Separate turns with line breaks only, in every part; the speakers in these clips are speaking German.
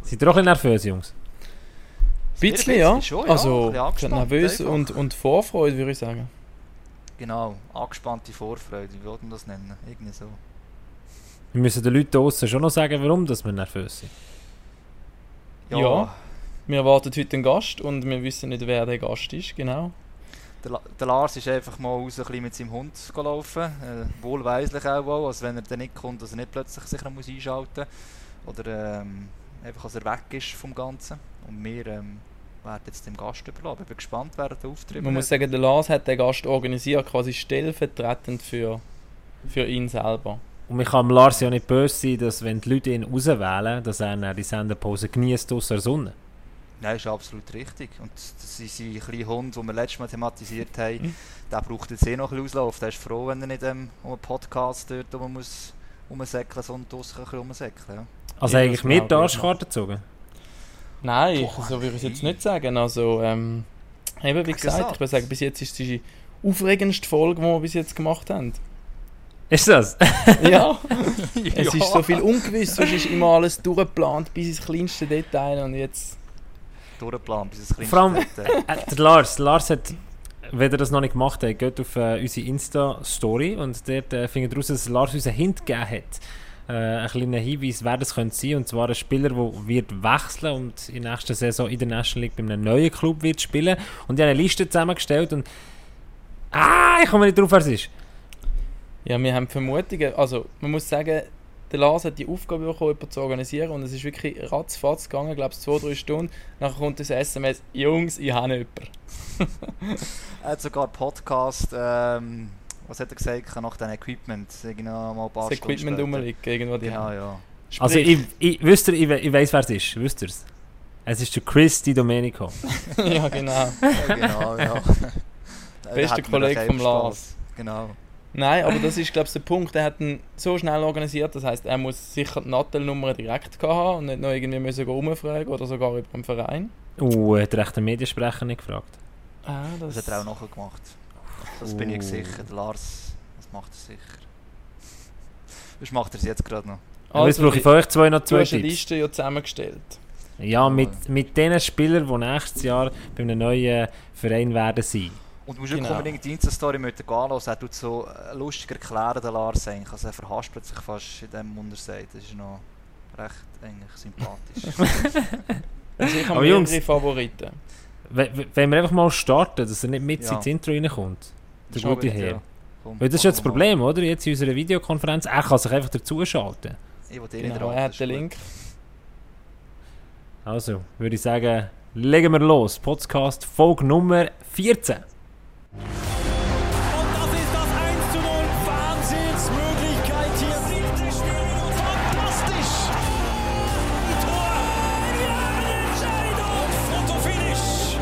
Seid ihr auch ein bisschen nervös, Jungs?
Ein bisschen, ja.
Schon,
Also,
ein bisschen
nervös
angespannt
und Vorfreude, würde ich sagen.
Genau, angespannte Vorfreude, wie würden das nennen? Irgendwie so.
Wir müssen den Leuten draussen schon noch sagen, warum dass wir nervös sind.
Ja. Wir erwarten heute einen Gast und wir wissen nicht, wer der Gast ist, genau.
Der Lars ist einfach mal raus mit seinem Hund gelaufen. Wohlweislich auch, als wenn er dann nicht kommt, dass er nicht plötzlich sich noch einschalten muss. Oder einfach, als er weg ist vom Ganzen. Und wir werden jetzt dem Gast überlassen. Ich bin gespannt, wer der Auftritt
Man muss sagen, der Lars hat den Gast organisiert, quasi stellvertretend für ihn selber.
Und man kann Lars ja nicht böse sein, dass wenn die Leute ihn auswählen, dass er dann die Sendepause genießt aus der Sonne.
Nein, ist absolut richtig. Und das ist ein kleiner Hund, den wir letztes Mal thematisiert haben, der braucht jetzt noch ein bisschen Auslauf. Der ist froh, wenn er nicht um einen Podcast dort muss rumsäckeln, sondern draussen rumsäckeln. Ja.
Also
Ja,
eigentlich
das
mir
genau,
die Arschkarte gezogen?
Nein, so würde ich es jetzt nicht sagen. Also, eben wie gesagt, ich würde sagen, bis jetzt ist es die aufregendste Folge, die wir bis jetzt gemacht haben.
Ist das?
Ja, es ist so viel ungewiss, sonst ist immer alles durchgeplant bis ins kleinste Detail und jetzt...
Durchgeplant bis ins kleinste
Vor allem,
Detail.
der Lars hat, wenn ihr das noch nicht gemacht habt, geht auf unsere Insta-Story und dort findet ihr raus, dass Lars uns einen Hint gegeben hat. Ein kleiner Hinweis, wer das könnte sein, und zwar ein Spieler, der wird wechseln und in der nächsten Saison in der National League bei einem neuen Club wird spielen. Und ich habe eine Liste zusammengestellt und ich komme nicht drauf, wer es ist.
Ja, wir haben Vermutungen, also man muss sagen, der Lars hat die Aufgabe bekommen, jemanden zu organisieren und es ist wirklich ratzfatz gegangen, glaube ich 2-3 Stunden. Nachher kommt das SMS, Jungs, ich habe jemanden.
Er hat sogar einen Podcast, was hat er gesagt, nach dem Equipment. Mal ein paar
Das Equipment rumliegt, irgendwo die
Genau,
Hand.
ja.
Also ich weiss, wer es ist. Wisst ihr es? Es ist der Chris Di Domenico.
Ja, genau.
Ja, genau, ja.
Bester Kollege vom Lars.
Genau.
Nein, aber das ist, glaube ich, der Punkt. Er hat ihn so schnell organisiert, das heisst, er muss sicher die Nattel-Nummer direkt haben und nicht noch irgendwie müssen rumfragen oder sogar über den Verein.
Hat er echt den Mediensprecher nicht gefragt?
Das hat er auch nachher gemacht. Das bin ich sicher. Der Lars, das macht er sicher. Was macht er jetzt gerade noch?
Aber jetzt brauche ich von euch zwei noch
Du
zwei
hast eine
Tipps.
Liste ja zusammengestellt.
Ja, mit den Spielern, die nächstes Jahr bei einem neuen Verein werden sein.
Und du musst wirklich unbedingt die Insta-Story mit dem anschauen. Er tut so lustig erklären, der Lars eigentlich. Also er verhaspelt sich fast in dem, was er sagt. Das ist noch recht eigentlich sympathisch.
Also ich habe
Aber Jungs,
mehrere Favoriten.
Wenn wir einfach mal starten, dass er nicht mit ins Intro reinkommt. Der
Schon
gute
wieder,
Herr.
ja. Komm,
Weil das ist ja das
machen wir
Problem, oder? Jetzt in unserer Videokonferenz. Er kann sich einfach dazuschalten.
mal. Ich will dir nicht
Genau,
raten,
er
das
hat den
ist
Link.
Also, würde ich sagen, legen wir los. Podcast Folge Nummer 14.
Und das ist das 1:0. Wahnsinnsmöglichkeit hier. 70 Minuten. Fantastisch. Ein Tor. Ja, Entscheidung. Fotofinish.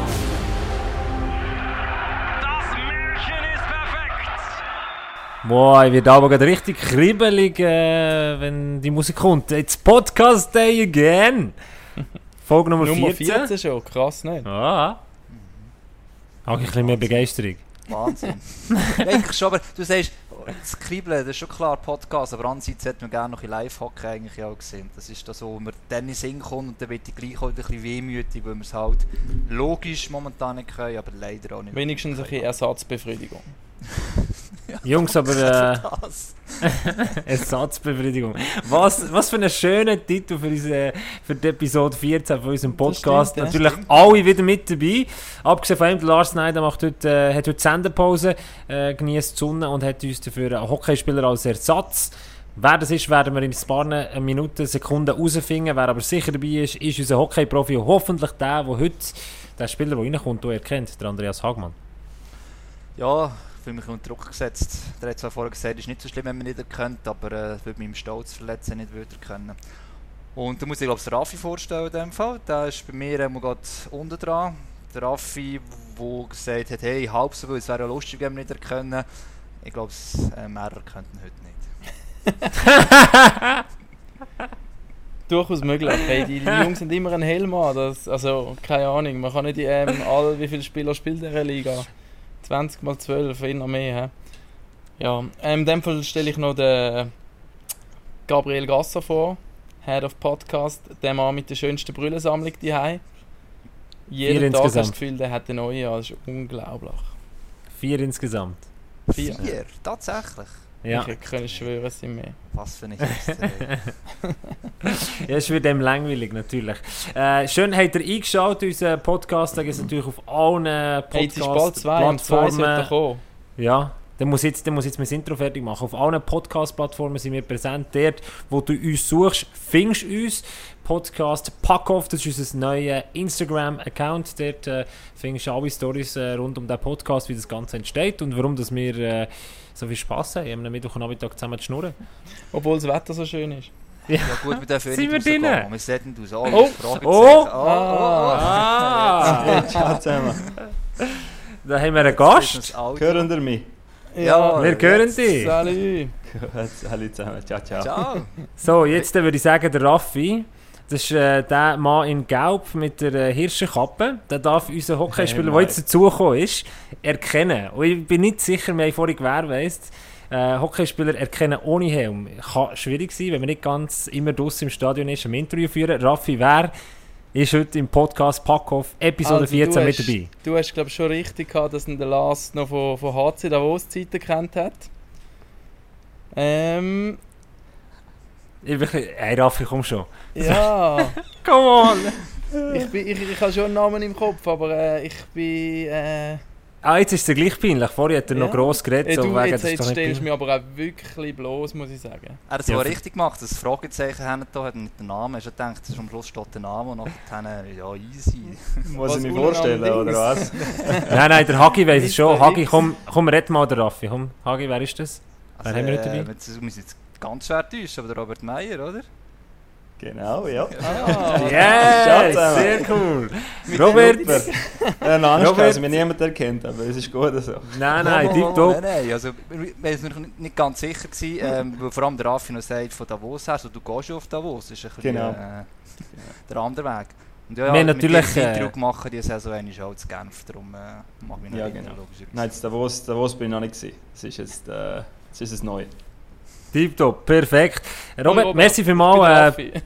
Das Märchen ist perfekt.
Boah, ich werde aber gerade richtig kribbelig, wenn die Musik kommt. It's Podcast Day again. Folge Nummer 14.
Schon, krass, nicht?
Ah. Auch ein bisschen mehr Begeisterung.
Wahnsinn. Eigentlich schon, aber du sagst, das Kribbeln, das ist schon klar Podcast, aber andererseits hätte man gerne noch ein Live-Hockey eigentlich auch gesehen. Das ist das so, wo man dann in den Sinn kommt und dann wird ich gleich auch ein bisschen wehmütig, weil wir es halt logisch momentan nicht können, aber leider auch nicht.
Wenigstens ein bisschen Ersatzbefriedigung.
Jungs, aber
Das.
Ersatzbefriedigung. Was für einen schönen Titel für die Episode 14 von unserem Podcast.
stimmt, ja.
Natürlich alle wieder mit dabei. Abgesehen von ihm, der Lars Schneider hat heute Sendepause, genießt die Sonne und hat uns dafür einen Hockeyspieler als Ersatz. Wer das ist, werden wir in ein paar Minuten, Sekunden herausfinden. Wer aber sicher dabei ist unser Hockeyprofi. Hoffentlich der heute, der Spieler, der reinkommt, den ihr kennt, der Andreas Hagmann.
Ja, ich fühle mich unter Druck gesetzt. Der hat zwar vorher gesagt, es ist nicht so schlimm, wenn man nicht erkennt, aber es würde mich im Stolz verletzen, nicht würde erkennen. Und da muss ich, glaube ich, den Raffi vorstellen in dem Fall. Der ist bei mir gerade unten dran. Der Raffi, der gesagt hat, hey, halb so gut, es wäre ja lustig, wenn wir nicht erkennen. Ich glaube, er erkennt ihn heute nicht.
Durchaus möglich. Hey, die Jungs sind immer ein Helm an. Also, keine Ahnung. Man kann nicht wie viele Spieler spielt in der Liga? 20 mal 12, immer mehr. He? Ja, in dem Fall stelle ich noch den Gabriel Gasser vor. Head of Podcast, der Mann mit der schönsten Brüllensammlung daheim.
4
Jeden Tag hast du das
insgesamt.
Gefühl, der hat eine neue. Das ist unglaublich.
4 insgesamt.
4.
4? Tatsächlich?
Ja.
Ich kann schwören, es sind mehr.
Was für eine History.
Ja, es wird dem langweilig, natürlich. Schön habt ihr eingeschaut, unseren Podcast. Da gibt es natürlich auf allen
Hey, jetzt ist bald 2 und 2 sollte
Podcast-Plattformen.
kommen.
Ja, dann muss jetzt mein Intro fertig machen. Auf allen Podcast-Plattformen sind wir präsent. Dort, wo du uns suchst, findest du uns. Podcast Packoff, das ist unser neuer Instagram-Account. Dort findest du alle Storys rund um den Podcast, wie das Ganze entsteht und warum dass wir so viel Spass haben, am Mittwochnachmittag zusammen zu schnurren.
Obwohl das Wetter so schön ist.
Ja gut, wir dürfen
Sind wir
nicht rausgehen.
drinnen?
Wir sollten aus
Oh.
alle Fragezeichen.
Ah!
Ciao zusammen.
Da haben wir einen Gast.
Hören ihr mich?
Ja,
Wir hören dich.
Salut!
Gut, hallo zusammen. Ciao, ciao.
Ciao.
So, jetzt würde ich sagen, der Raffi. Das ist der Mann in Gelb mit der Hirschenkappe. Der darf unseren Hockeyspieler, der jetzt dazugekommen ist, erkennen. Und ich bin nicht sicher, wir haben vorhin gewährleistet, Hockeyspieler erkennen ohne Helm. Kann schwierig sein, wenn man nicht ganz immer draussen im Stadion ist, ein Interview führen. Raffi, wer ist heute im Podcast Packoff Episode
Also,
14
du
mit
hast-
dabei?
Du hast, glaube ich, schon richtig gehabt, dass ihn der Lars noch von HC Davos Zeiten gekannt hat.
Ich bin, hey Raffi, komm schon.
Ja,
Come on!
ich habe schon einen Namen im Kopf, aber ich bin...
Ah, jetzt ist es dir gleich peinlich. Vorher hat er noch
Ja.
gross geredet.
du,
so wegen,
jetzt
das ist doch nicht
stellst du
peinlich.
mich aber auch wirklich bloß, muss ich sagen.
Er hat es
Ja,
aber
für-
richtig gemacht, dass das Fragezeichen hinten hat mit dem Namen. Hast du gedacht, am Schluss steht der Name und nachher, ja, easy.
Muss
Was
ich mich
unten am
vorstellen,
Dings?
oder was?
Nein, der Hagi weiss es
Mr.
schon. Hagi,
X.
komm, red mal der Raffi. Komm, Hagi, wer ist das?
Also,
Wer haben wir heute dabei?
Wir müssen jetzt ganz schwer täuschen, aber der Robert Meyer, oder?
Genau, ja.
Ah,
Ciao
Yeah,
zusammen.
sehr cool. Robert!
Ja, noch Angst,
Robert.
dass mich niemand erkennt, aber es ist gut so.
Nein, tipptopp.
Nein, also wir waren noch nicht ganz sicher gewesen, weil vor allem der Raffi noch sagt, von Davos her, also du gehst ja auf Davos, das ist ein bisschen
Genau.
der andere Weg. Und
Wir haben natürlich,
mit dem Interview gemacht, die Saison eigentlich auch zu Genf, darum mag ich mich noch
Ja,
erinnern,
genau.
logischerweise.
Nein, Davos bin ich noch nicht gewesen. Das ist jetzt das ist das Neue.
Tipptopp, perfekt. Robert,
Robert,
merci
ich bin
vielmals.
Raffi.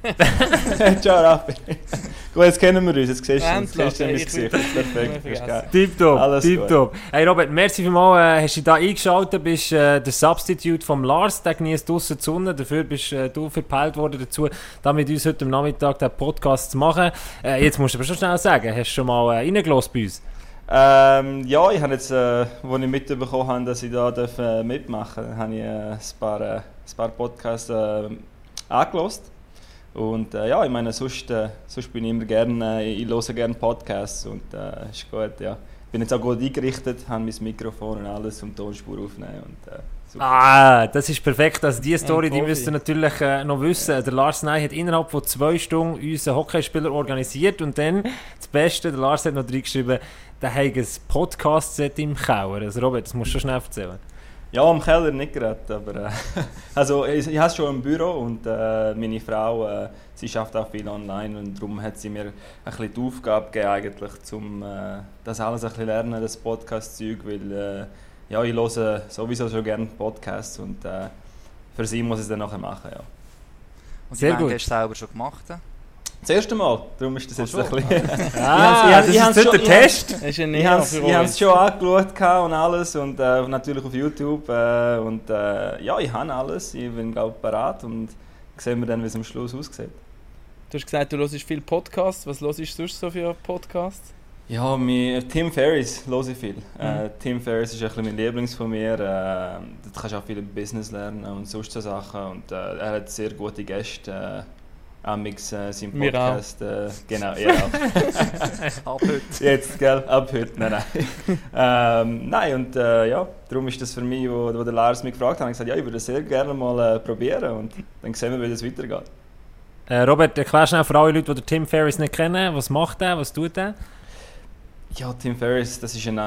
Ciao, Raffi. Gut, jetzt kennen wir uns. Jetzt siehst du
Ernsthaft,
mein
ich
Gesicht.
will-
Perfekt,
ich will
das ist geil.
Tipptopp,
Alles
tipptopp. Hey Robert, merci vielmals, hast du dich da eingeschaltet, bist der Substitute vom Lars, der genießt draussen die Sonne, dafür bist du verpeilt worden dazu, da mit uns heute am Nachmittag den Podcast zu machen. Jetzt musst du aber schon schnell sagen, hast du schon mal reingelassen bei uns?
Ja, ich habe jetzt, als ich mitbekommen habe, dass ich da mitmachen darf, habe ich ein paar Podcasts angehört. Und ja, ich meine, sonst bin ich immer gerne, ich höre gerne Podcasts und ist gut, ja. Ich bin jetzt auch gut eingerichtet, habe mein Mikrofon und alles und Tonspur aufnehmen und super.
Ah, das ist perfekt. Also die Story, die
Profi.
müsst ihr natürlich noch wissen. Der Lars Ney hat innerhalb von 2 Stunden unseren Hockeyspieler organisiert und dann, das Beste, der Lars hat noch reingeschrieben, der hat ein Podcast-Set im Keller. Also Robert, das musst du schon schnell erzählen.
Ja, im Keller nicht gerade, aber also ich habe es schon im Büro und meine Frau, sie arbeitet auch viel online und darum hat sie mir ein bisschen die Aufgabe gegeben, eigentlich, um das alles ein bisschen lernen, das Podcast-Zeug, weil ja, ich höre sowieso schon gerne Podcasts und für sie muss ich es dann nachher machen, ja.
Und
Sehr
die Menge
gut.
hast du selber schon gemacht?
Das erste Mal, darum ist das jetzt
Ach
ein
so.
bisschen...
Ah,
ich
das
hab's
ist nicht der
schon-
Test.
Das ist ein
Ich
Neo
habe
für
es
uns.
schon angeschaut gehabt und alles und natürlich auf YouTube und ja, ich habe alles, ich bin glaube ich bereit und sehen wir dann, wie es am Schluss aussieht.
Du hast gesagt, du hörst viel Podcasts. Was hörst du sonst so für Podcasts?
Ja, Tim Ferriss höre ich viel. Tim Ferriss ist ein bisschen mein Lieblings von mir. Da kannst du auch viel über Business lernen und sonst so Sachen. Und er hat sehr gute Gäste. Amix sein
Wir
Podcast. Genau, ihr auch.
Ab heute.
Jetzt, gell? Ab heute. Nein. Nein, und ja, darum ist das für mich, wo der Lars mich gefragt hat, habe ich gesagt, ja, ich würde das sehr gerne mal probieren und dann sehen wir, wie das weitergeht.
Robert, erklär schnell für alle Leute, die den Tim Ferriss nicht kennen, was macht er, was tut er?
Ja, Tim Ferriss, das ist ein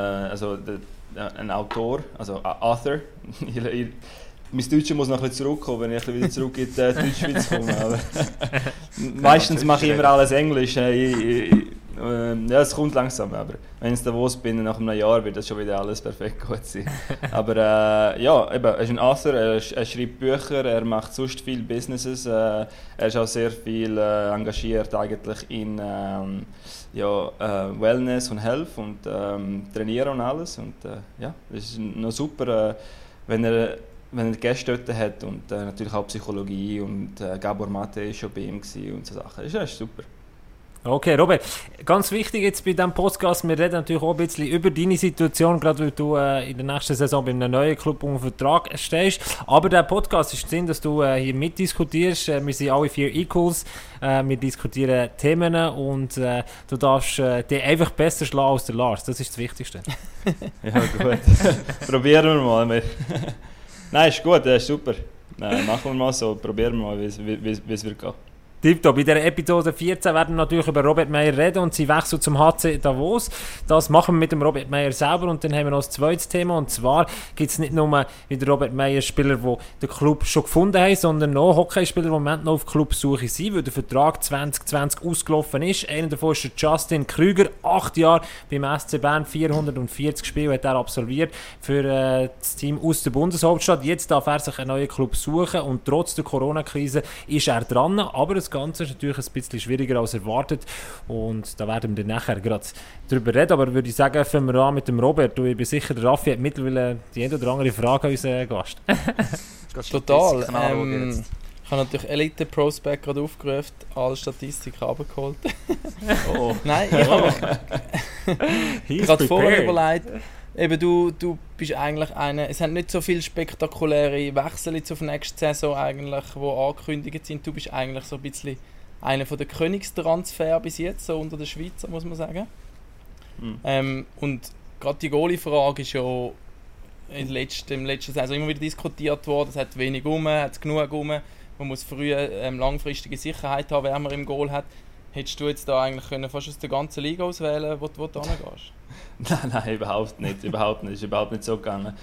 Autor, also ein Author. Mein Deutsch muss noch ein bisschen zurückkommen, wenn ich ein bisschen wieder zurück in die Deutschschweiz komme. Aber meistens mache ich immer alles Englisch Ja, es kommt langsam, aber wenn ich Davos bin, nach einem Jahr wird das schon wieder alles perfekt gut sein. Aber ja, eben, er ist ein Author, er schreibt Bücher, er macht sonst viele Businesses, er ist auch sehr viel engagiert eigentlich in Wellness und Health und Trainieren und alles. Und ja, es ist noch super, wenn er Gäste dort hat und natürlich auch Psychologie und Gabor Mate war schon bei ihm und so Sachen. Das ist super.
Okay, Robert, ganz wichtig jetzt bei diesem Podcast, wir reden natürlich auch ein bisschen über deine Situation, gerade weil du in der nächsten Saison bei einem neuen Club unter Vertrag stehst. Aber der Podcast ist Sinn, dass du hier mitdiskutierst. Wir sind alle 4 Equals, wir diskutieren Themen und du darfst dich einfach besser schlagen als der Lars, das ist das Wichtigste.
Ja gut, probieren wir mal. Nein, ist gut, ist super. Machen wir mal so, probieren wir mal, wie es wird gehen.
Tipptopp. In der Episode 14 werden wir natürlich über Robert Meyer reden und sie Wechsel zum HC Davos. Das machen wir mit dem Robert Meyer selber und dann haben wir noch ein zweites Thema und zwar gibt es nicht nur wie der Robert Meyer Spieler, die den Club schon gefunden haben, sondern noch Hockeyspieler, die im Moment noch auf Clubsuche sind, weil der Vertrag 2020 ausgelaufen ist. Einer davon ist der Justin Krüger, 8 Jahre beim SC Bern, 440 Spiele hat er absolviert für das Team aus der Bundeshauptstadt. Jetzt darf er sich einen neuen Club suchen und trotz der Corona-Krise ist er dran, aber das Ganze ist natürlich ein bisschen schwieriger als erwartet und da werden wir dann nachher gerade drüber reden, aber würde ich sagen, fangen wir an mit dem Robert. Du, ich bin sicher, der Raffi hat mittlerweile die eine oder andere Frage an unseren Gast.
Total. Ich habe natürlich Elite Prospect gerade aufgerufen, alle Statistiken abgeholt.
Oh.
Nein, ich habe mir gerade vorher überlegt, eben du bist eigentlich einer, es haben nicht so viele spektakuläre Wechsel jetzt auf nächste Saison eigentlich, die angekündigt sind. Du bist eigentlich so ein bisschen einer von der Königstransfer bis jetzt, so unter den Schweizer, muss man sagen. Und gerade die Goalie-Frage ist ja im letzten Saison immer wieder diskutiert worden, es hat wenig hat es genug man muss früh langfristige Sicherheit haben, wer man im Goal hat. Hättest du jetzt da eigentlich fast aus der ganzen Liga auswählen, wo du hingehst?
Nein, überhaupt nicht. Ist überhaupt nicht so gegangen.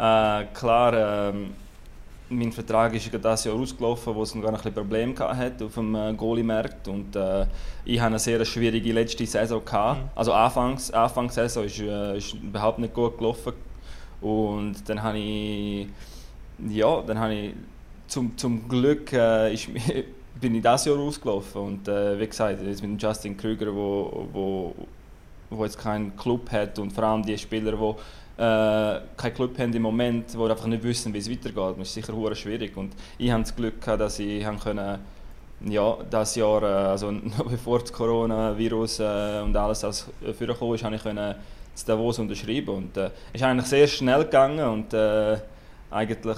Klar, mein Vertrag ist das Jahr ausgelaufen, wo es noch ein bisschen Probleme hatte auf dem Goalie-Markt. Und ich hatte eine sehr schwierige letzte Saison gehabt. Also Anfangssaison ist überhaupt nicht gut gelaufen. Und dann habe ich zum Glück bin ich dieses Jahr ausgelaufen und wie gesagt, jetzt mit dem Justin Krüger, wo jetzt keinen Club hat und vor allem die Spieler, die keinen Club haben im Moment, die einfach nicht wissen, wie es weitergeht, das ist sicher sehr schwierig und ich hatte das Glück gehabt, dass ich das Jahr, also noch bevor das Coronavirus und alles vorgekommen ist, konnte ich das Davos unterschreiben und es ist eigentlich sehr schnell gegangen und eigentlich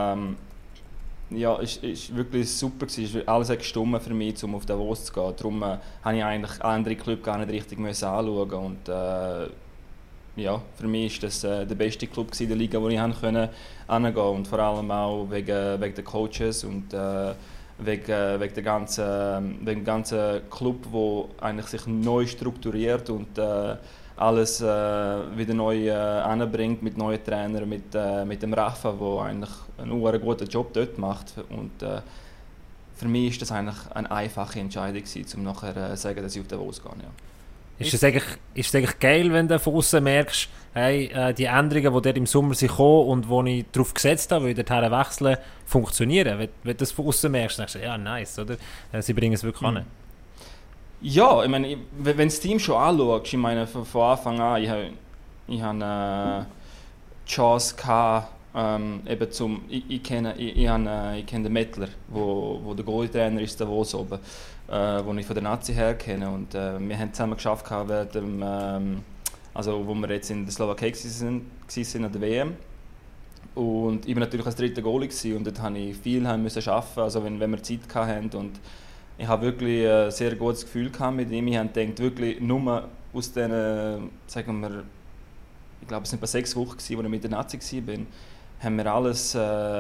ist wirklich super gewesen. Alles hat gestimmt für mich, um auf Davos zu gehen. Darum musste ich eigentlich andere Clubs gar nicht richtig anschauen. Und für mich war das der beste Club in der Liga, wo ich hingehen konnte. Und vor allem auch wegen der Coaches und wegen dem ganzen Club, der eigentlich sich neu strukturiert und alles wieder neu anbringt mit neuen Trainern, mit dem Rafa, der eigentlich einen guten Job dort macht. Und für mich war das eigentlich eine einfache Entscheidung, um nachher zu sagen, dass ich auf Davos gehe. Ja.
Ist es eigentlich geil, wenn du von außen merkst, hey, die Änderungen, die dort im Sommer sind gekommen und wo ich darauf gesetzt habe, weil ich dorthin wechseln, funktionieren? Wenn du das von außen merkst, dann denkst du, ja, nice, oder? Sie bringen es wirklich an.
Ja, ich meine, wenn du das Team schon anschaust, ich meine, von Anfang an, ich habe die Chance gehabt, ich kenne den Mettler, wo der Goalie-Trainer ist, wo ich von der Nazi her kenne. Und wir haben zusammen geschafft, während dem, wo wir jetzt in der Slowakei waren an der WM. Und ich war natürlich als dritter Goalie gewesen, und dort musste ich viel arbeiten, also wenn wir Zeit hatten. Und ich habe wirklich ein sehr gutes Gefühl mit ihm. Ich habe gedacht, wirklich nur aus diesen, sagen wir, ich glaube es waren etwa 6 Wochen, als ich mit der Nazi war, haben wir alles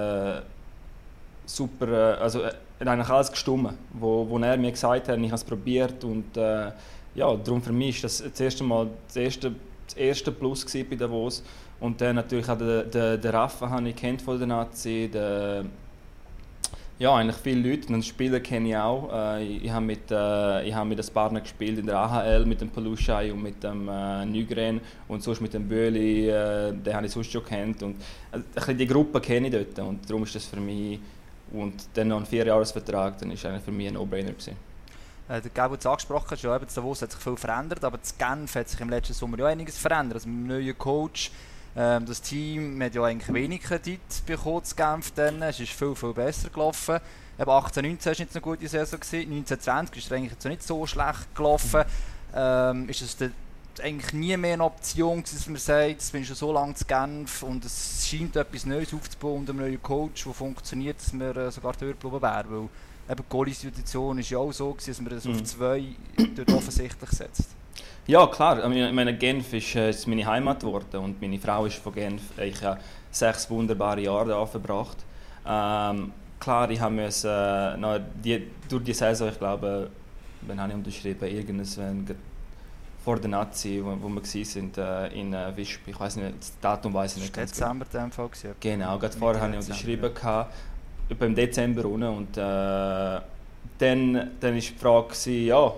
super, eigentlich alles gestimmt, wo er mir gesagt hat, ich habe es probiert und darum für mich war das erste Plus bei Davos. Und dann natürlich auch der Rafa habe ich kennt von der Nazi, der Ja, eigentlich viele Leute. Den Spieler kenne ich auch. Ich habe mit ein paar gespielt in der AHL, mit dem Peluschai und mit dem Nygren und sonst mit dem Böhli, den habe ich sonst schon kennt. Und ein bisschen die Gruppe kenne ich dort und darum ist das für mich, und dann noch ein 4-Jahres-Vertrag, dann ist eigentlich für mich ein No-Brainer gewesen.
Der Gabo hat es angesprochen, ja, eben, Davos hat sich viel verändert, aber das Genf hat sich im letzten Sommer ja einiges verändert. Also mit dem neuen Coach, das Team hat ja eigentlich wenig Kredit bekommen, das Genf dann. Es ist viel, viel besser gelaufen. Eben 18-19 war nicht so eine gute Saison, 19-20 ist es eigentlich jetzt nicht so schlecht gelaufen. Ist es eigentlich nie mehr eine Option gewesen, dass man sagt, jetzt bin ich schon so lange zu Genf und es scheint etwas Neues aufzubauen und einen neuen Coach, der funktioniert, dass wir sogar dort bleiben werden. Weil eben die Goalie-Situation war ja auch so gewesen, dass man das auf 2 dort offensichtlich setzt.
Ja, klar. Ich meine, Genf ist meine Heimat geworden und meine Frau ist von Genf. Ich habe 6 wunderbare Jahre da verbracht. Klar, ich musste durch die Saison, ich glaube, wann habe ich unterschrieben, irgendwann vor der Nazi, wo wir waren in Visp. Ich weiß nicht, das Datum weiß ich nicht ganz genau.
Dezember in dem Fall gewesen.
Genau, gerade vorher habe ich unterschrieben, etwa im Dezember unten. Und dann war die Frage, ja,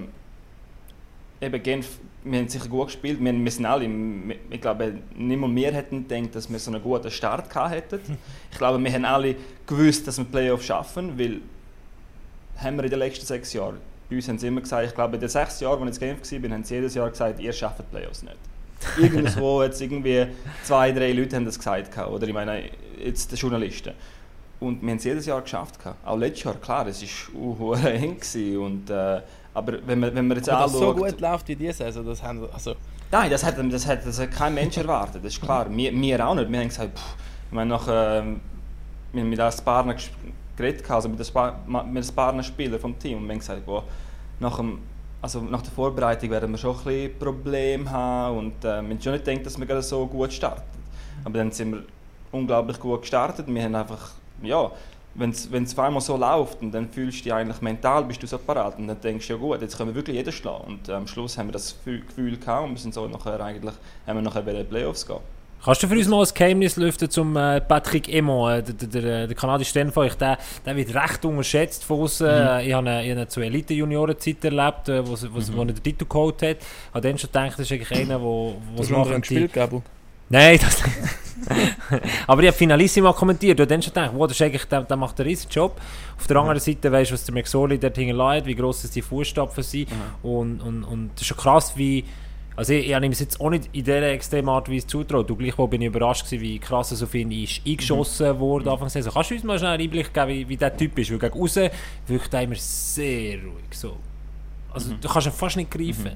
eben Genf, wir haben sicher gut gespielt. Wir sind alle, ich glaube, niemand mehr hätten gedacht, dass wir so einen guten Start hätten. Ich glaube, wir haben alle gewusst, dass wir Playoffs schaffen, weil haben wir in den letzten 6 Jahren. Bei uns haben sie immer gesagt, ich glaube, in den 6 Jahren, als ich in Genf war, haben sie jedes Jahr gesagt, ihr schafft die Playoffs nicht. Irgendwo jetzt irgendwie 2, 3 Leute haben das gesagt, oder ich meine, jetzt die Journalisten. Und wir haben es jedes Jahr geschafft. Auch letztes Jahr, klar, es war eng und aber wenn man jetzt anschaut...
so gut läuft wie diese Saison, das haben also...
Nein, das hat kein Mensch erwartet, das ist klar. Wir auch nicht. Wir haben gesagt, wir haben mit ein paar geredet, also mit ein paar Spielern vom Team, und wir haben gesagt, nach der Vorbereitung werden wir schon ein bisschen Probleme haben und wir haben schon nicht gedacht, dass wir gerade so gut starten. Aber dann sind wir unglaublich gut gestartet. Wir haben einfach, ja, wenn es einmal so läuft und dann fühlst du dich eigentlich mental, bist du so parat und dann denkst du, ja gut, jetzt können wir wirklich jeden schlagen. Und am Schluss haben wir das Gefühl gehabt und wir sind so nachher bei den Playoffs gehen.
Kannst du für uns mal ein Geheimnis lüften zum Patrick Aymon, der kanadische Trainer von euch? Der wird recht unterschätzt von uns. Ich habe ihn zur Elite-Junioren-Zeit erlebt, wo er den Titel geholt hat. Ich habe dann schon gedacht, das ist eigentlich einer, der
nachher gespielt, Gabo?
Nein, das aber ich habe Finalissima kommentiert. Ich habe dann schon gedacht, das ist eigentlich, der macht einen riesen Job. Auf der anderen Seite weisst du, was der McSorley dort hinterlässt, wie gross die Fußstapfen sind. Und das ist schon krass, wie... Also ich habe ihm es jetzt auch nicht in dieser extremen Art und Weise zutraut. Und gleichwohl bin ich überrascht gewesen, wie krass so viel ist eingeschossen wurde Anfang der Saison. Kannst du uns mal schnell einen Einblick geben, wie der Typ ist? Weil gegen außen wirkt er immer sehr ruhig. So. Also du kannst ihn fast nicht greifen.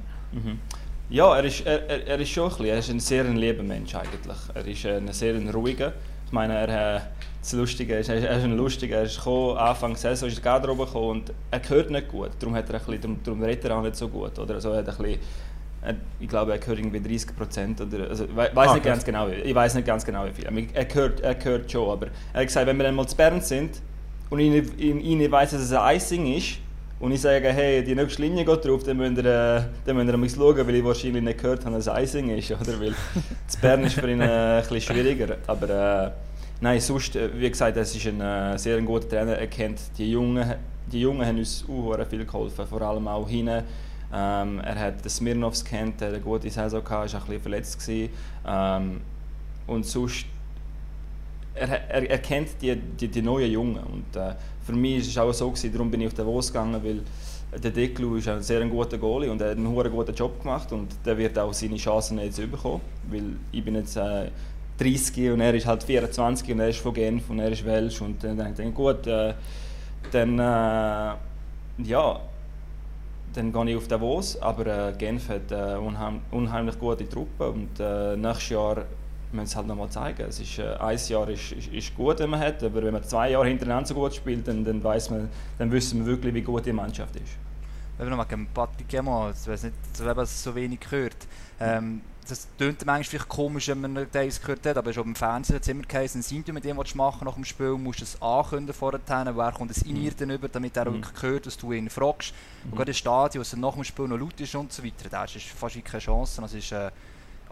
Ja, er ist schon ein bisschen, er ist ein sehr lieber Mensch eigentlich. Er ist ein sehr ruhiger. Ich meine, das Lustige ist, er ist ein Lustiger. Er ist gekommen, Anfang der Saison ist er Garderobe gekommen und er hört nicht gut. Darum redet er auch nicht so gut. Oder so, er hat ein bisschen, ich glaube, er hört irgendwie 30% oder also, ich weiß nicht ganz genau wie viel. Er hört schon, aber er hat gesagt, wenn wir einmal zu Bern sind und ich weiss, dass es ein Icing ist und ich sage, hey, die nächste Linie geht drauf, dann müsst ihr schauen, weil ich wahrscheinlich nicht gehört habe, dass es ein Icing ist, oder? Weil zu Bern ist für ihn ein bisschen schwieriger, aber nein, sonst, wie gesagt, es ist ein sehr guter Trainer, er kennt die Jungen haben uns auch viel geholfen, vor allem auch hinten. Er hat den Smirnovs kennt, der eine gute Saison hatte, war ein bisschen verletzt gewesen. Und sonst, er kennt die neuen Jungen. Und für mich war es auch so gewesen, darum bin ich auf Davos gegangen, weil der Deklu ist ein sehr guter Goalie und er hat einen guten Job gemacht und der wird auch seine Chancen jetzt bekommen, weil ich bin jetzt 30 und er ist halt 24 und er ist von Genf und er ist Welsch und dann denke ich, gut, dann gehe ich auf Davos, aber Genf hat unheimlich gute Truppe und nächstes Jahr müssen wir es halt nochmal zeigen. Es ist, ein Jahr ist gut, wenn man hat, aber wenn man 2 Jahre hintereinander so gut spielt, dann wissen wir wirklich, wie gut die Mannschaft ist.
Wenn wir noch mal Patrick Aymon, ich weiß nicht, ob es so wenig gehört. Das klingt manchmal vielleicht komisch, wenn man das gehört hat, aber es ist auch im Fernsehen jetzt immer geheißen, sind du mit dem, was du machen nach dem Spiel, musst du es ankündigen vorher, wer kommt es in ihr über, damit er wirklich hört, dass du ihn fragst. Und gerade im Stadion, was nach dem Spiel noch laut ist und so weiter, da ist fast keine Chance. Also ist,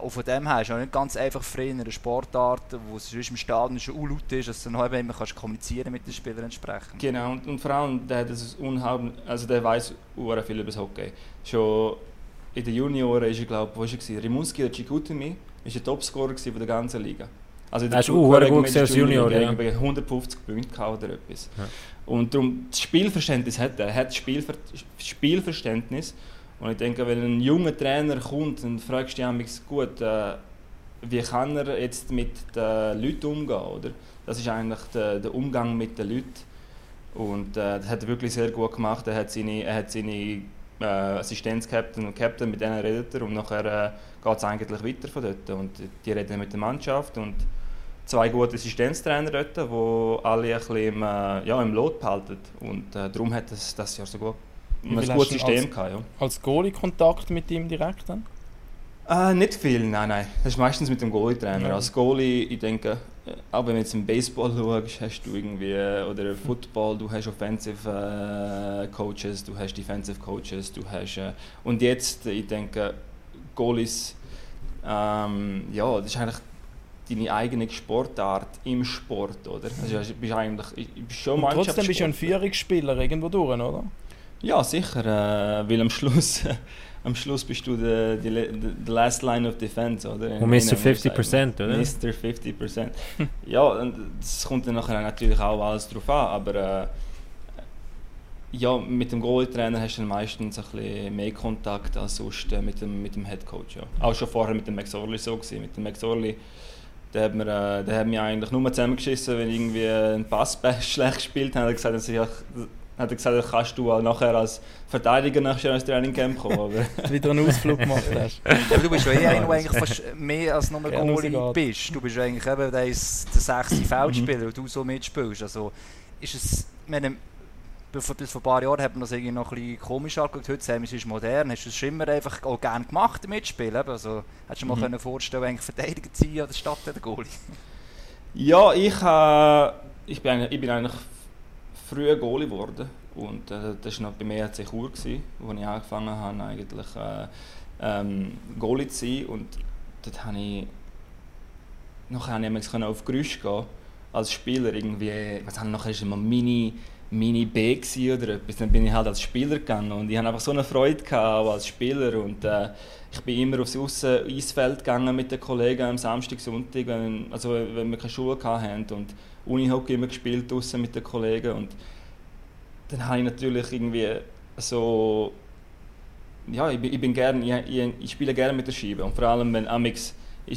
auch von dem her ist es auch nicht ganz einfach für ihn in einer Sportart, wo es im Stadion schon laut ist, dass du noch immer kannst kommunizieren mit den Spielern entsprechend.
Genau, und vor allem der der weiss sehr viel über das Hockey. Schon in den Junioren ist er, glaube ich, Rimunski oder Cicutimi war der Topscorer von der ganzen Liga. Also
er ist auch gut als Junior, ja.
150 Punkte oder etwas. Ja. Und darum, das Spielverständnis hat er. Er hat Spielverständnis. Und ich denke, wenn ein junger Trainer kommt, dann fragst du dich gut, wie kann er jetzt mit den Leuten umgehen, oder? Das ist eigentlich der Umgang mit den Leuten. Und das hat er wirklich sehr gut gemacht. Er hat seine Assistenz-Captain und Captain, mit denen redet er, und nachher geht es eigentlich weiter von dort. Und die reden mit der Mannschaft und 2 gute Assistenztrainer dort, die alle ein bisschen im Lot behalten. Und darum hat es das Jahr so gut ein gutes System gehabt. Ja.
Als Goalie Kontakt mit ihm direkt dann?
Nicht viel, nein. Das ist meistens mit dem Goalie-Trainer. Ja. Als Goalie, ich denke, auch wenn du jetzt im Baseball schaust, hast du irgendwie, oder Football, du hast Offensive Coaches, du hast Defensive Coaches, du hast... und jetzt, ich denke, Goalies, das ist eigentlich deine eigene Sportart im Sport, oder? Also bist eigentlich, ich bist schon
Mannschaftssport. Trotzdem bist du ein Führungsspieler irgendwo durch, oder?
Ja, sicher, weil am Schluss bist du the last line of defense, oder?
Und Mr. 50%, oder?
Mr. 50%. Ja, und das kommt dann nachher natürlich auch alles drauf an, aber mit dem Goalie-Trainer hast du dann meistens ein bisschen mehr Kontakt als sonst mit dem Headcoach. Ja. Auch schon vorher mit dem McSorley so gewesen. Mit dem McSorley, der hat mich eigentlich nur zusammengeschissen, wenn irgendwie ein Pass schlecht gespielt hat. Er hat gesagt, kannst du auch nachher als Verteidiger nachher ins Trainingcamp kommen. Aber
wieder einen Ausflug gemacht hast.
Aber du bist ja einer, der eigentlich fast mehr als nur Goalie bist. Du bist eigentlich eben der 6. Feldspieler und du so mitspielst. Also ist es, bis vor ein paar Jahren hat man das irgendwie noch ein bisschen komisch angeschaut. Heute sagen wir, es ist modern. Hast du es immer einfach auch gerne gemacht, mitspielen? Also hättest du dir mal vorstellen, eigentlich Verteidiger zu sein statt der Goalie?
Ja, ich bin eigentlich früh Goalie geworden und das war noch bei mir ERC Chur, wo ich angefangen habe, eigentlich Goalie zu sein, und dort konnte ich nachher auf Gerüst gehen als Spieler, irgendwie, nachher war immer Mini B oder etwas, dann bin ich halt als Spieler gegangen und ich hatte einfach so eine Freude gehabt, als Spieler, und ich bin immer aufs Eisfeld gegangen mit den Kollegen am Samstag, Sonntag, wenn wir keine Schule hatten, und Unihockey immer gespielt draussen mit den Kollegen, und dann habe ich natürlich irgendwie so, ja, ich spiele gerne mit der Scheibe, und vor allem wenn amix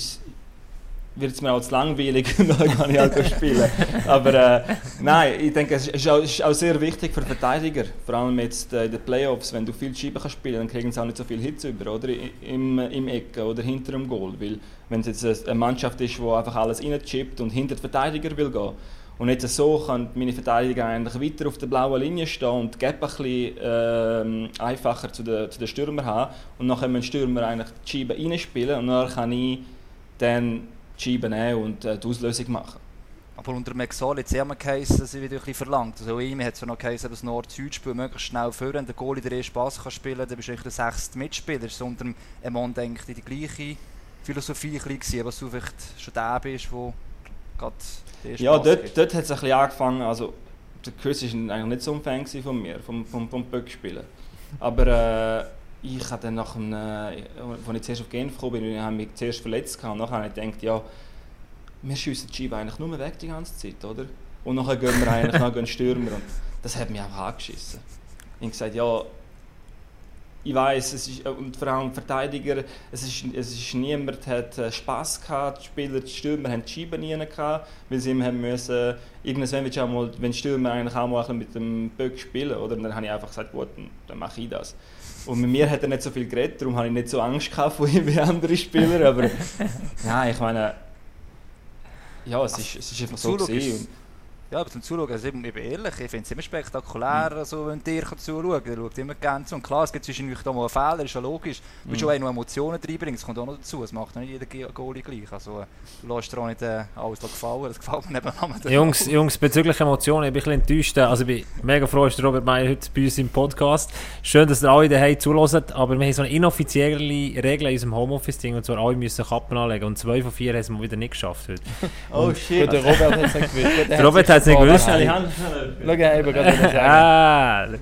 wird es mir auch zu langweilig und dann kann ich halt spielen. Aber nein, ich denke, es ist auch sehr wichtig für Verteidiger, vor allem jetzt in den Playoffs, wenn du viel Scheiben kannst spielen, dann kriegen sie auch nicht so viel Hits über, oder? Im Ecken oder hinter dem Goal, weil wenn es jetzt eine Mannschaft ist, die einfach alles reinchippt und hinter den Verteidiger will gehen, und jetzt so kann meine Verteidiger eigentlich weiter auf der blauen Linie stehen und die Gap ein bisschen einfacher zu den Stürmern haben, und nachher können die Stürmer eigentlich die Scheiben reinspielen und dann kann ich dann die Scheiben nehmen und die Auslösung machen.
Aber unter McSorley hat es immer geheißen, dass er wieder ein bisschen verlangt. Also ihm hat es ja noch geheißen, dass Nord-Süd-Spiel möglichst schnell führen. Wenn der Goalie den ersten Pass kann spielen kann, dann bist du der 6. Mitspieler. Ist unter dem Emond eigentlich die gleiche Philosophie gewesen, was du vielleicht schon der bist, wo gerade der erste Pass gibt?
Dort hat es ein bisschen angefangen. Also, der Chris war eigentlich nicht so ein Fan von mir, vom Böckspielen. Aber ich habe dann als ich zuerst auf Genf gekommen bin, habe ich mich zuerst verletzt gehabt, und nachher habe ich gedacht, ja, wir schiessen die Scheibe eigentlich nur weg die ganze Zeit, oder? Und nachher gehen wir eigentlich noch Stürmer, und das hat mich einfach angeschissen. Ich habe gesagt, ja, ich weiss, und vor allem Verteidiger, niemand hat Spass gehabt, die Stürmer haben die Scheiben nie gehabt, weil sie immer haben müssen, irgendwann willst du auch mal, wenn die Stürmer eigentlich auch mal mit dem Böck spielen, oder? Und dann habe ich einfach gesagt, gut, dann mache ich das. Und mit mir hat er nicht so viel geredet, darum habe ich nicht so Angst gehabt vor ihm wie andere Spieler, aber ja, ich meine, ja, es ist einfach so gewesen.
Ja, aber zum Zuschauen, also ich bin ehrlich, ich finde es immer spektakulär, also, wenn ihr zuschauen könnt. Ihr schaut immer gerne zu. Und klar, es gibt zwischendurch da mal einen Fehler, ist ja logisch. Du musst auch noch Emotionen reinbringen, das kommt auch noch dazu. Das macht nicht jeder Goalie gleich. Also, du lässt dir auch nicht alles gefallen, das gefällt mir nicht.
Jungs, bezüglich Emotionen, ich bin ein bisschen enttäuscht. Also, ich bin mega froh, dass Robert Meyer heute bei uns im Podcast. Schön, dass ihr alle daheim zuhört, aber wir haben so eine inoffizielle Regel in unserem Homeoffice-Ding, und zwar alle müssen Kappen anlegen. Und 2 von 4 haben es mal wieder nicht geschafft heute.
Oh shit.
Der Robert hat es nicht gewusst.
Der Robert hat es nicht gewusst.
Schau, ich habe gerade sagen.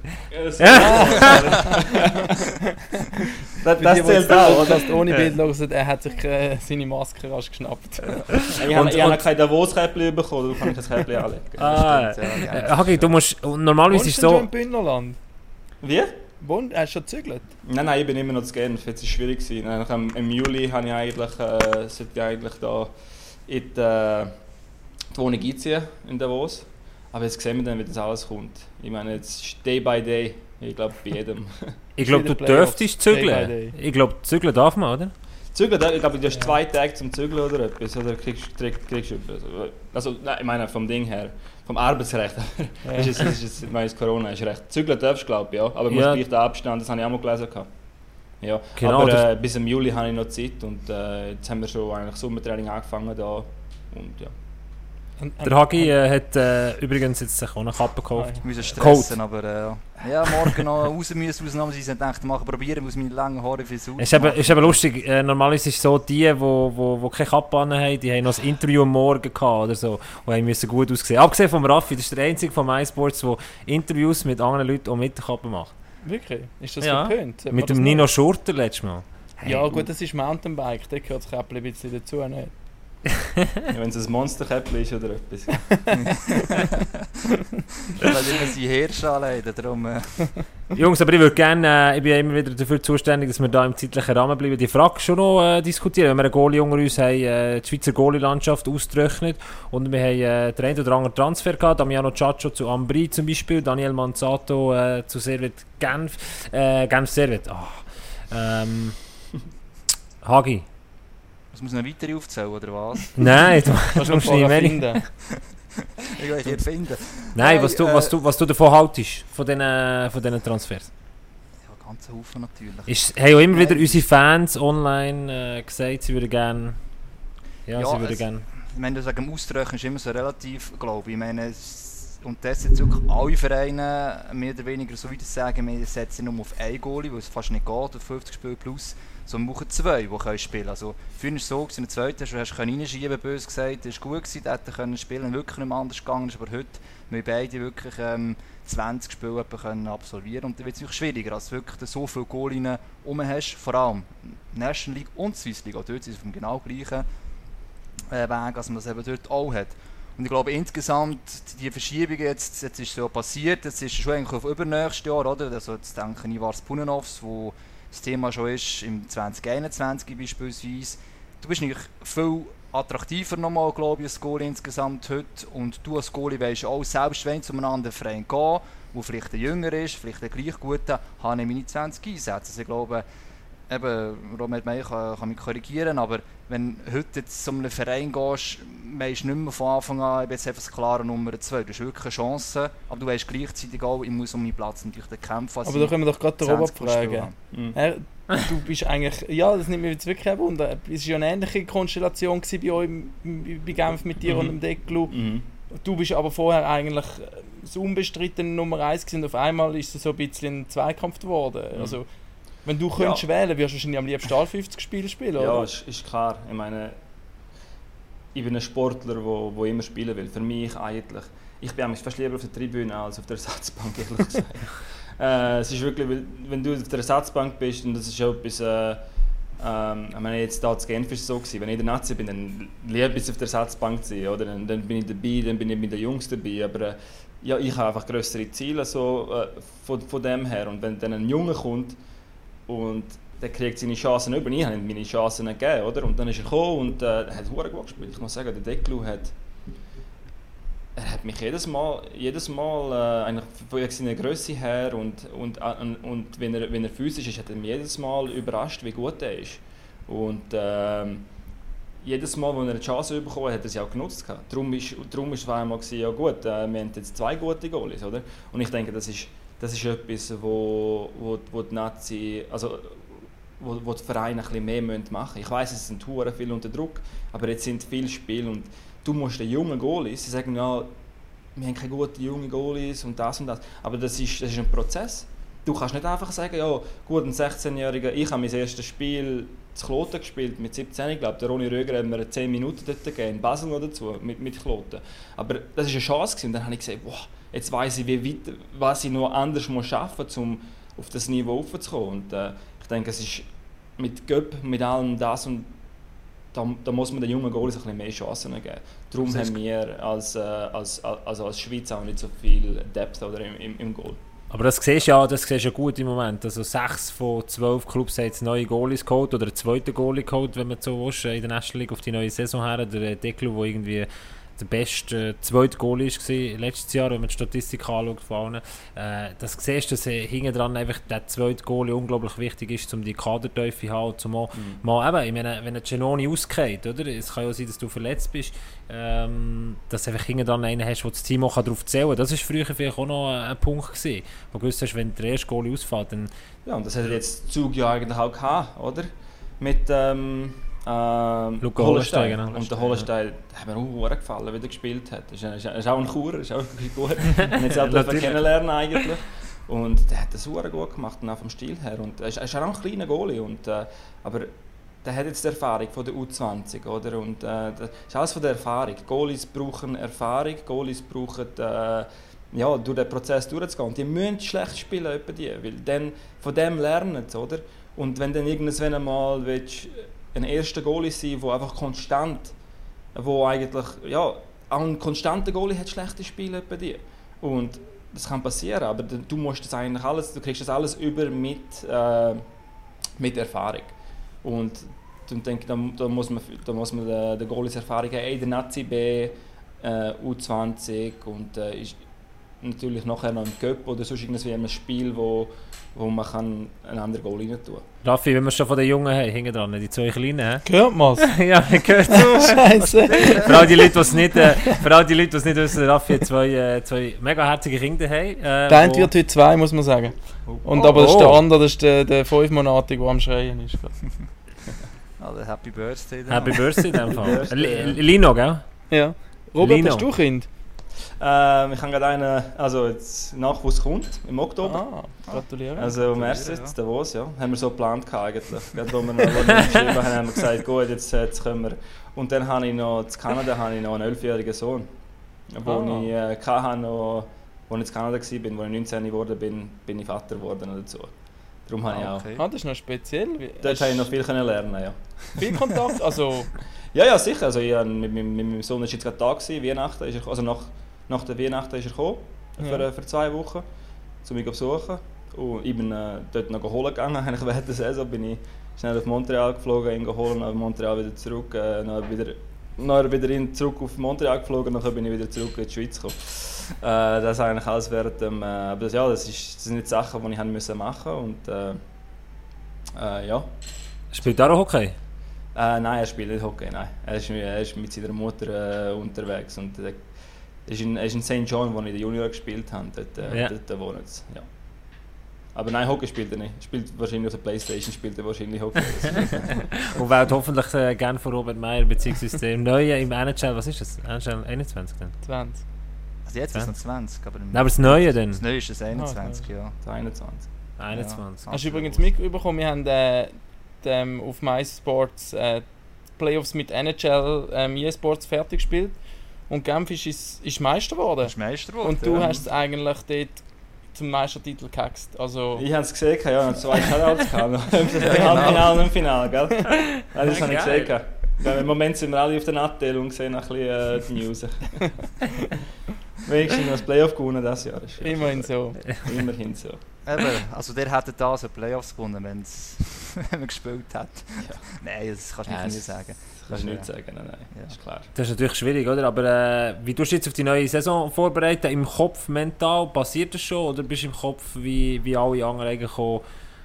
Das zählt auch.
Dass du ohne Bild hören, er hat sich seine Maske rasch geschnappt.
Ich habe kein Davos-Käppchen bekommen, du kannst das Käppchen anlegen.
Hagi, du musst... Normalerweise ist es so...
im Bündnerland?
Wie?
Hast du schon gezügelt?
Nein, ich bin immer noch zu Genf. Jetzt war es schwierig. Im Juli habe ich sollte ich eigentlich da in die Wohnung einziehen in Davos. Aber jetzt sehen wir dann, wie das alles kommt. Ich meine, jetzt Day by Day. Ich glaube, bei jedem.
Ich glaube, du dürftest zügeln. Ich glaube, zügeln darf man, oder?
Zügeln, ich glaube, du hast 2 Tage zum Zügeln oder etwas. Oder kriegst du etwas. Also, nein, ich meine, vom Ding her. Vom Arbeitsrecht. Ja. Ich meine, Corona ist recht. Zügeln darfst du, glaube ich, ja. Aber du musst gleich den Abstand, das habe ich auch mal gelesen. Ja. Genau, aber bis im Juli habe ich noch Zeit. Und jetzt haben wir schon eigentlich Sommertraining angefangen. Da. Und, ja.
Der Hagi hat übrigens jetzt sich auch eine Kappe gekauft.
Ich muss stressen, aber ja, morgen noch raus müssen. Sie haben gedacht, probieren muss meine langen Haare fürs Haus.
Ist aber lustig, normalerweise ist es so, die keine Kappe haben, die haben noch ein Interview am Morgen gehabt oder so und mussten gut aussehen. Abgesehen vom Raffi, das ist der einzige von MySports, der Interviews mit anderen Leuten auch mit der Kappe macht.
Wirklich? Ist das
ja.
gepönt?
Mit dem Nino Schurter letztes Mal.
Hey, ja gut, das ist Mountainbike, da gehört das Käppchen ein bisschen dazu, nicht?
Ja, wenn es ein Monsterkäppchen ist oder etwas.
Weil immer sie Hirsche anleiten, darum...
Jungs, aber ich würde gerne, ich bin immer wieder dafür zuständig, dass wir da im zeitlichen Rahmen bleiben. Die Frage schon noch diskutieren. Wenn wir einen Goalie unter uns haben, die Schweizer Goalie-Landschaft ausgerechnet und wir haben den einen oder anderen Transfer gehabt, Damiano Ciaccio zu Ambri zum Beispiel, Daniel Manzato zu Servet Genf, Genf Servet. Hagi.
Was muss noch weiter aufzählen, oder was?
Nein, du musst nicht mehr
finden. Ich gehe hier finden.
Nein, was du davon haltest, von diesen Transfers?
Ja, ganz Haufen natürlich.
Haben auch immer wieder unsere Fans online gesagt, sie würden gerne... Ja, sie würden gerne...
Ich meine, du sagst, Ausdrücken ist immer so relativ, glaube ich. Ich meine, und das jetzt wirklich alle Vereine mehr oder weniger so wie sagen, wir setzen nur auf einen Goalie, weil es fast nicht geht, auf 50 Spiele plus. So, wir brauchen 2, die spielen können. Also, früher war es so, in der zweiten hast du reinschieben, böse gesagt, das war gut gewesen, der hätte spielen, wirklich nicht mehr anders gegangen ist, aber heute müssen beide wirklich 20 Spiele absolvieren und dann wird es wirklich schwieriger, als du wirklich so viele Goalien rum hast, vor allem National League und Swiss League, auch dort ist es auf dem genau gleichen Weg, als man das eben dort auch hat. Und ich glaube insgesamt, die Verschiebung jetzt ist so passiert, jetzt ist es schon eigentlich auf übernächstes Jahr, oder? Also jetzt denke ich, Ivars Punenovs, wo das Thema schon ist, im 2021 beispielsweise. Du bist natürlich viel attraktiver nochmal, glaube ich, als Goalie insgesamt heute. Und du als Goalie weisst auch, selbst wenn du zu einem anderen Verein gehst, der vielleicht ein jünger ist, vielleicht ein gleich guter, habe ich meine 20 Einsätze. Also ich glaube, eben, Robert Meyer kann mich korrigieren, aber wenn du heute jetzt zu einem Verein gehst, weisst du nicht mehr von Anfang an, ich bin jetzt einfach das klare Nummer 2. Du hast wirklich eine Chance, aber du weisst gleichzeitig auch, ich muss um meinen Platz natürlich kämpfen.
Aber da können wir doch gerade den Robert fragen. Du bist eigentlich, ja, das nimmt mich jetzt wirklich ein Wunder. Es war ja eine ähnliche Konstellation bei euch bei Genf mit dir und dem Deklu. Du bist aber vorher eigentlich das unbestrittene Nummer 1 gewesen und auf einmal ist es so ein bisschen ein Zweikampf geworden. Also, wenn du könntest wählen, wirst du wahrscheinlich am liebsten alle 50 Spiele spielen, oder?
Ja, ist klar. Ich meine, ich bin ein Sportler, der immer spielen will. Für mich eigentlich. Ich bin fast lieber auf der Tribüne als auf der Ersatzbank, ehrlich gesagt. Es ist wirklich, wenn du auf der Ersatzbank bist, und das ist auch etwas, ich meine, jetzt da zu Genf ist es so gewesen, wenn ich in der Nazi bin, dann liebe ich es auf der Ersatzbank zu sein, oder? Dann bin ich dabei, dann bin ich mit den Jungs dabei, aber ja, ich habe einfach größere Ziele so, von dem her, und wenn dann ein Junge kommt und der kriegt seine Chancen über, ich habe ihm meine Chancen nicht gegeben, oder? Und dann ist er gekommen und hat verdammt gut gespielt. Ich muss sagen, der Deklu hat mich jedes Mal eigentlich von seiner Grösse her und wenn er physisch ist, hat er mich jedes Mal überrascht, wie gut er ist. Und jedes Mal, wo er eine Chance bekommen hat, hat er sie auch genutzt. Darum war es einmal ja gut, wir haben jetzt 2 gute Goalies, oder? Und ich denke, das ist etwas, wo die Nazi, also wo die Vereine ein bisschen mehr machen müssen. Ich weiss, es sind verdammt viel unter Druck, aber jetzt sind viele Spiele und du musst den jungen Goalies, sie sagen ja, wir haben keine guten jungen Goalies und das. Aber das ist ein Prozess. Du kannst nicht einfach sagen, ja, gut, ein 16-Jähriger, ich habe mein erstes Spiel zu Kloten gespielt, mit 17, ich glaube, der Ronny Röger hat mir 10 Minuten dort gegeben, in Basel noch dazu, mit Kloten. Aber das war eine Chance gewesen. Und dann habe ich gesagt, boah, jetzt weiss ich, wie weit, was ich noch anders schaffen muss, um auf das Niveau raufzukommen. Und ich denke, es ist mit Göpp, mit allem das und da muss man den jungen Goalies ein bisschen mehr Chancen geben. Darum haben wir als Schweiz auch nicht so viel Depth oder im Goal.
Aber das siehst du ja gut im Moment. Also 6 von 12 Clubs haben jetzt neue Goalies geholt oder einen zweiten Goalie geholt, wenn man so will, in der National League auf die neue Saison her. Der Deklu, der irgendwie der beste zweite Goalie war letztes Jahr, wenn man die Statistik anschaut von allen. Das siehst du, dass hinten dran einfach der zweite Goalie unglaublich wichtig ist, um die Kadertiefe zu haben, um mal eben, ich meine, wenn ein Genoni ausgeht, oder? Es kann ja sein, dass du verletzt bist, dass du einfach hinten dran einen hast, der das Team auch darauf zählen kann. Das war früher vielleicht auch noch ein Punkt gewesen, wo du gewusst hast, wenn der erste Goalie ausfällt, dann...
Ja, und das hat jetzt Zug ja eigentlich auch gehabt, oder? Mit
Luca Hollenstein, genau.
Und der Hollenstein hat mir auch gefallen, wie er gespielt hat. Er ist auch ein Churer, ist auch gut. Und jetzt auch kennenlernen eigentlich. Und der hat das sehr gut gemacht, auch vom Stil her. Und er ist auch ein kleiner Goalie. Aber der hat jetzt die Erfahrung von der U20, oder? Und das ist alles von der Erfahrung. Goalies brauchen Erfahrung, Goalies brauchen durch den Prozess durchzugehen. Und die müssen schlecht spielen, weil dann von dem lernen sie, oder? Und wenn dann irgendwann einmal ein erster Goalie sein, der einfach konstant, wo eigentlich, ja, auch ein konstanter Goalie hat schlechte Spiele bei dir. Und das kann passieren, aber du musst das eigentlich alles, du kriegst das alles über mit Erfahrung. Und ich denke, da muss man den Goalies Erfahrung haben, in der Nazi B, U20 und ist natürlich nachher noch im Cup oder sonst irgendwie ein Spiel, wo man kann einen anderen Goal rein tun kann.
Raffi, wenn wir schon von den Jungen haben, hinten dran, die 2 Kleinen,
Hört man es?
ja, man hört es.
Scheiße.
Für all die Leute, die es nicht wissen, Raffi hat zwei mega herzige Kinder haben.
Der eine wird heute 2, muss man sagen. Und aber das ist der andere, das ist der 5-Monatige, der am Schreien ist.
Also Happy Birthday.
Happy Birthday in dem Fall. Lino, gell?
Ja. Robert,
Lino.
hast du Kind?
Ich habe gerade einen, also jetzt Nachwuchs kommt im Oktober.
Gratuliere.
Also im März jetzt, Davos, ja. Haben wir so geplant eigentlich. Gerade wo wir geschrieben haben wir gesagt, gut, jetzt können wir. Und dann habe ich noch, in Kanada habe ich noch einen 11-jährigen Sohn. Wo ich als ich in Kanada war, als ich 19 geworden bin ich Vater geworden dazu. Darum habe ich auch.
Das ist noch speziell.
Dort habe ich noch viel lernen, ja.
Viel Kontakt? Also...
Ja, sicher. Also ich mit meinem Sohn war jetzt gerade da gewesen, Weihnachten ist er, also nach der Weihnachten ist er gekommen, für 2 Wochen, um mich zu besuchen. Und ich bin dort noch holen gegangen, eigentlich während der Saison bin ich schnell auf Montreal geflogen, ihn geholt, nach Montreal wieder zurück, zurück auf Montreal geflogen, dann bin ich wieder zurück in die Schweiz gekommen. Das eigentlich alles während dem, aber das sind nicht Sachen, die ich machen musste und ja.
Spielt er auch Hockey?
Nein, er spielt nicht Hockey, nein. Er ist mit seiner Mutter unterwegs und er ist in St. John, wo ich den Junior gespielt habe, dort wohnt sie. Ja. Aber nein, Hockey spielt er nicht. Er spielt wahrscheinlich auf der Playstation, spielt er wahrscheinlich Hockey.
Und wählt hoffentlich gerne von Robert Meyer, beziehungsweise dem Neuen im NHL, was ist das? NHL 21 dann?
20.
Also jetzt ist es noch 20, aber...
Nein, aber das Neue dann?
Das Neue ist das 21, ja.
Das 21.
21.
Ja. Hast du übrigens mitbekommen, wir haben auf MySports die Playoffs mit NHL eSports fertig gespielt und Genf ist Meister geworden. Und du hast es eigentlich dort zum Meistertitel gehaxt. Also
ich habe es gesehen, ja, noch 2 Shoutouts gehabt. Im Halbfinale und im Finale, gell? Das habe ich gesehen. Im Moment sind wir alle auf der Nattel und sehen ein bisschen die News. Wenigstens noch das Playoff gewonnen dieses Jahr.
Immerhin so.
Immerhin so.
Eben, also der hätte da so Playoffs gewonnen, wenn man gespielt hat. Ja. Nein, das kannst du nicht sagen.
Das kannst du nicht sagen, nein. Ja. Ist klar.
Das ist natürlich schwierig, oder? Aber wie tust du jetzt auf die neue Saison vorbereiten? Im Kopf, mental, passiert das schon? Oder bist du im Kopf, wie alle anderen eigentlich auch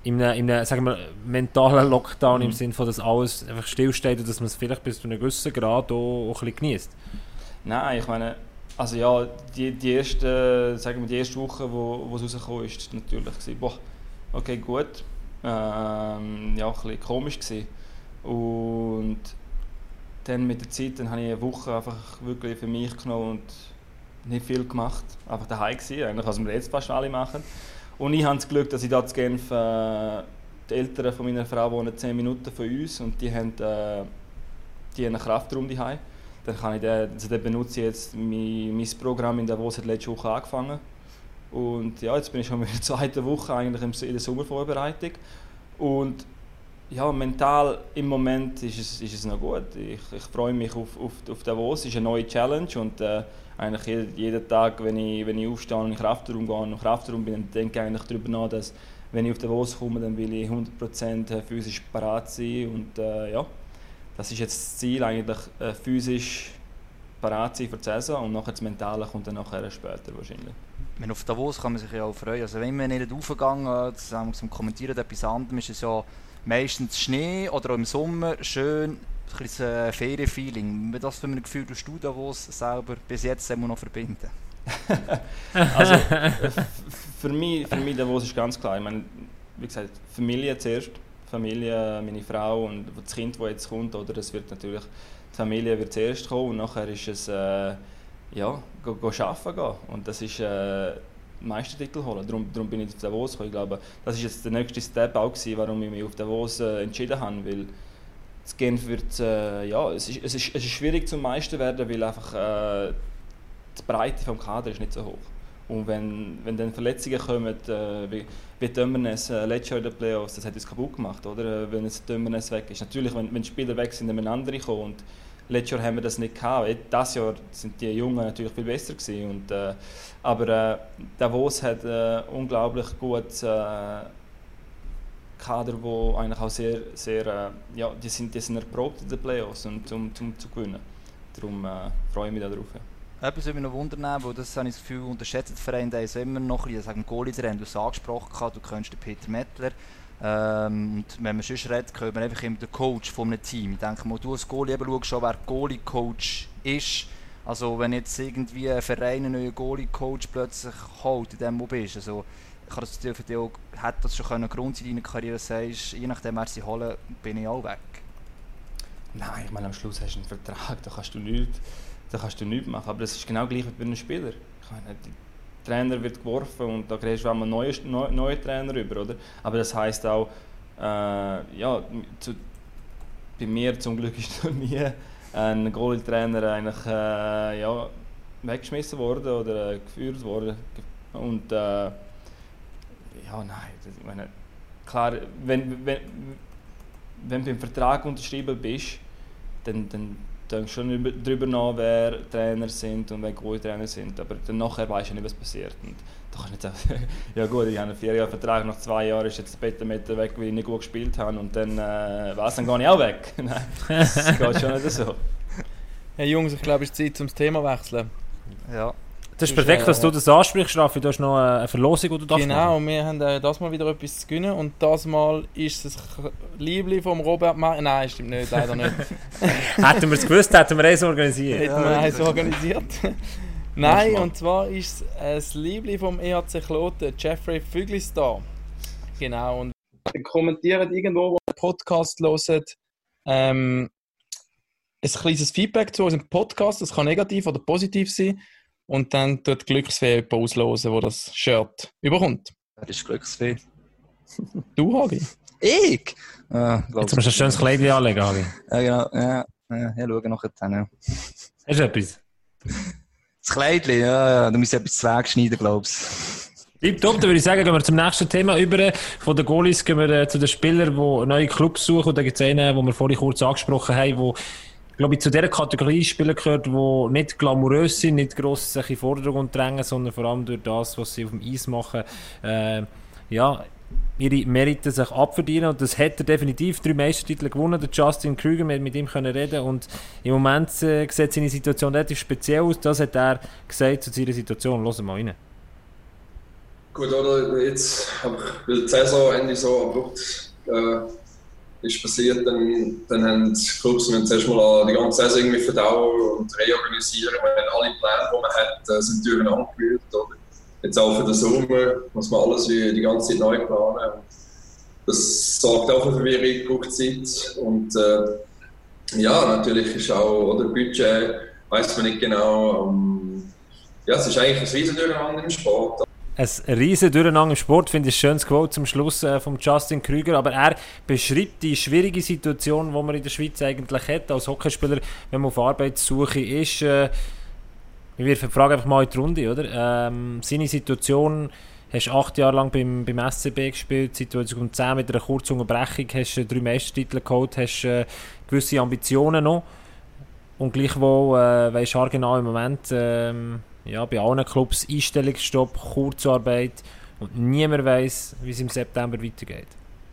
in einem sagen wir, mentalen Lockdown im Sinne von, dass alles einfach stillsteht und dass man es vielleicht bis zu einem gewissen Grad auch ein bisschen genießt?
Nein, ich meine, also ja, die erste Woche, wo es rausgekommen ist, war natürlich gewesen, boah, okay, gut, ja, ein bisschen komisch gewesen. Und dann mit der Zeit, dann habe ich eine Woche einfach wirklich für mich genommen und nicht viel gemacht, einfach daheim gewesen, eigentlich, was wir jetzt fast alle machen. Und ich habe das Glück, dass ich da in Genf, die Eltern von meiner Frau wohnen 10 Minuten von uns und die haben einen Kraftraum daheim. Dann kann ich den benutze ich jetzt mein Programm in Davos hat letzte Woche angefangen. Und ja, jetzt bin ich schon in der zweiten Woche eigentlich in der Sommervorbereitung. Und ja, mental im Moment ist es noch gut. Ich freue mich auf Davos. Es ist eine neue Challenge und eigentlich jeden Tag, wenn ich aufstehe und in den Kraftraum gehe und im Kraftraum bin, dann denke ich eigentlich darüber nach, dass wenn ich auf Davos komme, dann will ich 100% physisch parat sein und ja, das ist jetzt das Ziel, eigentlich physisch parat sein für die Saison und nachher das Mentale kommt dann nachher später wahrscheinlich.
Auf Davos kann man sich ja auch freuen. Also wenn wir nicht raufgehen, zum Kommentieren etwas anderem, ist es ja meistens Schnee oder auch im Sommer schön, ein bisschen Ferienfeeling. Mit was für ein Gefühl tust du Davos selber bis jetzt immer noch verbinden?
Also für mich Davos ist ganz klar. Ich meine, wie gesagt, Familie zuerst. Familie, meine Frau und das Kind, das jetzt kommt, oder das wird natürlich, die Familie wird zuerst kommen und nachher ist es arbeiten gehen. Und das ist Meistertitel holen. Darum bin ich auf Davos gekommen. Ich glaube, das ist jetzt der nächste Step auch gewesen, warum ich mich auf Davos entschieden habe, weil das Genf wird, es ist schwierig zum Meister werden, weil einfach die Breite vom Kader ist nicht so hoch. Und wenn dann Verletzungen kommen, wie Dömernes letztes Jahr in den Playoffs, das hat uns kaputt gemacht, oder? Wenn jetzt Dömernes weg ist. Natürlich, wenn die Spieler weg sind, dann müssen andere kommen. Und letztes Jahr haben wir das nicht gehabt. Dieses Jahr sind die Jungen natürlich viel besser gewesen. Und, aber Davos hat unglaublich gutes Kader, wo eigentlich auch sehr die sind erprobt in den Playoffs und um zu gewinnen. Darum freue ich mich darauf. Ja.
Etwas würde mich noch wundern, weil das habe ich das Gefühl, unterschätzt der Verein also immer noch ein bisschen, Goalie-Trainer, du hast es angesprochen, du kennst den Peter Mettler. Und wenn man sonst redet, hört man einfach immer den Coach von einem Team. Ich denke mal, du als Goalie schaust schon, wer Goalie-Coach ist. Also wenn jetzt irgendwie ein Verein einen neuen Goalie-Coach plötzlich holt, in dem wo du bist, also kann das für dich auch, hätte das schon ein Grund sein in deiner Karriere, sagst, je nachdem wer sie holen, bin ich auch weg?
Nein, ich meine, am Schluss hast du einen Vertrag, da kannst du nichts machen. Aber das ist genau gleich wie bei einem Spieler. Ich meine, der Trainer wird geworfen und da kriegst du einmal einen neuen Trainer rüber, oder? Aber das heisst auch, bei mir zum Glück ist noch nie ein Goalie-Trainer eigentlich weggeschmissen worden oder geführt worden. Und ich meine, klar, wenn du beim Vertrag unterschrieben bist, dann denkst du schon darüber nach, wer Trainer sind und wer gute Trainer sind. Aber dann nachher weisst du nicht, was passiert. Und da kannst du nicht sagen, ja gut, ich habe einen 4-Jahre-Vertrag, nach 2 Jahren ist jetzt der Peter Mettler weg, weil ich nicht gut gespielt habe. Und dann dann gehe ich auch weg. Nein, das geht schon nicht so.
Hey Jungs, ich glaube, es ist Zeit, zum Thema zu wechseln.
Ja.
Das ist perfekt, dass du das ansprichst, Raffi. Du hast noch eine Verlosung, die du darfst
Genau, machen. Wir haben das mal wieder etwas zu gewinnen. Und das Mal ist es das Liebling vom Robert Meier. Nein, stimmt nicht, leider nicht.
Hätten wir es gewusst, hätten wir eins organisiert.
Nein, und zwar ist es das Liebling vom EHC Kloten, Jeffrey Füglistar. Genau, und kommentiert irgendwo, wo ihr Podcast hört, ein kleines Feedback zu unserem Podcast. Das kann negativ oder positiv sein. Und dann tut Glücksfee jemand auslosen, der das Shirt überkommt.
Wer ist Glücksfee?
Du, Hagi?
Ich?
Jetzt musst du ein schönes Kleidchen anlegen, Hagi.
Ja, genau. Ja, schau nachher dann. Ja.
Hast du etwas?
Das Kleidchen, ja. Da müssen wir etwas wegschneiden, glaube ich.
Top, dann würde ich sagen, gehen wir zum nächsten Thema über. Von den Goalies gehen wir zu den Spielern, die neue Clubs suchen. Und da gibt es einen, den wir vorhin kurz angesprochen haben, wo glaube ich, zu dieser Kategorie Spieler gehört, die nicht glamourös sind, nicht gross sich in den Vordergrund drängen, sondern vor allem durch das, was sie auf dem Eis machen, ihre Meriten sich abverdienen. Und das hat er definitiv 3 Meistertitel gewonnen. Der Justin Krüger, wir mit ihm können reden. Und im Moment sieht seine Situation relativ speziell aus. Das hat er gesagt zu seiner Situation. Hören wir mal rein.
Gut, oder jetzt, weil die Saisonende so abrupt ist passiert, dann haben die Clubs zuerst mal die ganze Saison irgendwie verdauen und reorganisieren. Weil alle Pläne, die man hat, sind durcheinander gewühlt. Jetzt auch für den Sommer muss man alles wie die ganze Zeit neu planen. Das sorgt auch für Verwirrung, braucht Zeit. Und ja, natürlich ist auch oder Budget, weiss man nicht genau. Ja, es ist eigentlich ein riesen Durcheinander im Sport.
Ein riesen Durcheinander im Sport, finde ich ein schönes Quote zum Schluss von Justin Krüger, aber er beschreibt die schwierige Situation, die man in der Schweiz eigentlich hat, als Hockeyspieler, wenn man auf Arbeitssuche ist. Wir fragen einfach mal in die Runde, oder? Seine Situation, hast 8 Jahre lang beim SCB gespielt, seit 2010 mit einer kurzen Unterbrechung, hast 3 Meistertitel geholt, hast gewisse Ambitionen noch und gleichwohl weisst du genau im Moment bei allen Clubs Einstellungsstopp, Kurzarbeit und niemand weiss, wie es im September weitergeht.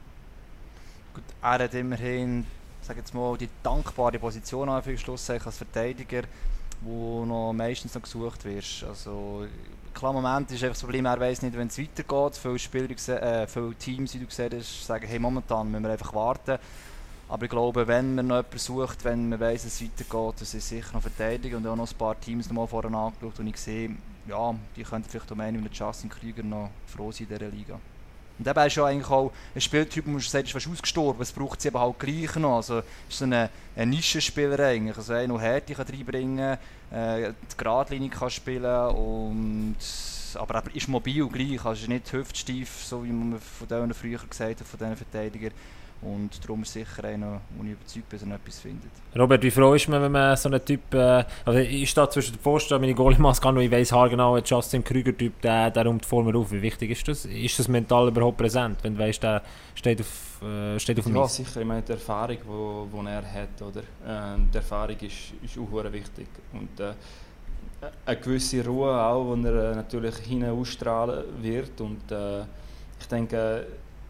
Gut, er hat immerhin, sag jetzt mal, die dankbare Position für Schluss als Verteidiger, wo noch meistens noch gesucht wird. Also klar, im Moment ist einfach das Problem, er weiss nicht, wenn es weitergeht. Viele Spieler, viele Teams, wie du gesagt hast, sagen, hey, momentan müssen wir einfach warten. Aber ich glaube, wenn man noch jemanden sucht, wenn man weiss, dass es weitergeht, das ist sicher noch Verteidigung. Und auch noch ein paar Teams noch mal vorher angeschaut und ich sehe, ja, die könnten vielleicht um einen wie Justin Krüger noch froh sein in dieser Liga. Und eben ist ja eigentlich auch ein Spieltyp, wo man sagt, ist fast ausgestorben, es braucht sie eben halt gleich noch. Also ist so ein Nischenspieler eigentlich, also einer, der Härte reinbringen kann, die Gradlinie kann spielen und aber er ist mobil gleich, also ist nicht hüftsteif, so wie man von denen früher gesagt hat, von diesen Verteidigern. Und darum ist sicher einer, wo ich überzeugt bin, dass er etwas findet.
Robert, wie froh ist man, wenn man so einen Typ... also ich stehe zwischen der Post, meine Goalie-Maske an und ich weiss haargenau, der Justin Krüger-Typ, der räumt vor mir auf. Wie wichtig ist das? Ist das mental überhaupt präsent, wenn du weißt, der steht auf dem
Ja,
Eis?
sicher. Ich meine, die Erfahrung, die er hat, oder? Die Erfahrung ist auch wichtig. Und eine gewisse Ruhe auch, die er natürlich hinten ausstrahlen wird. Und ich denke...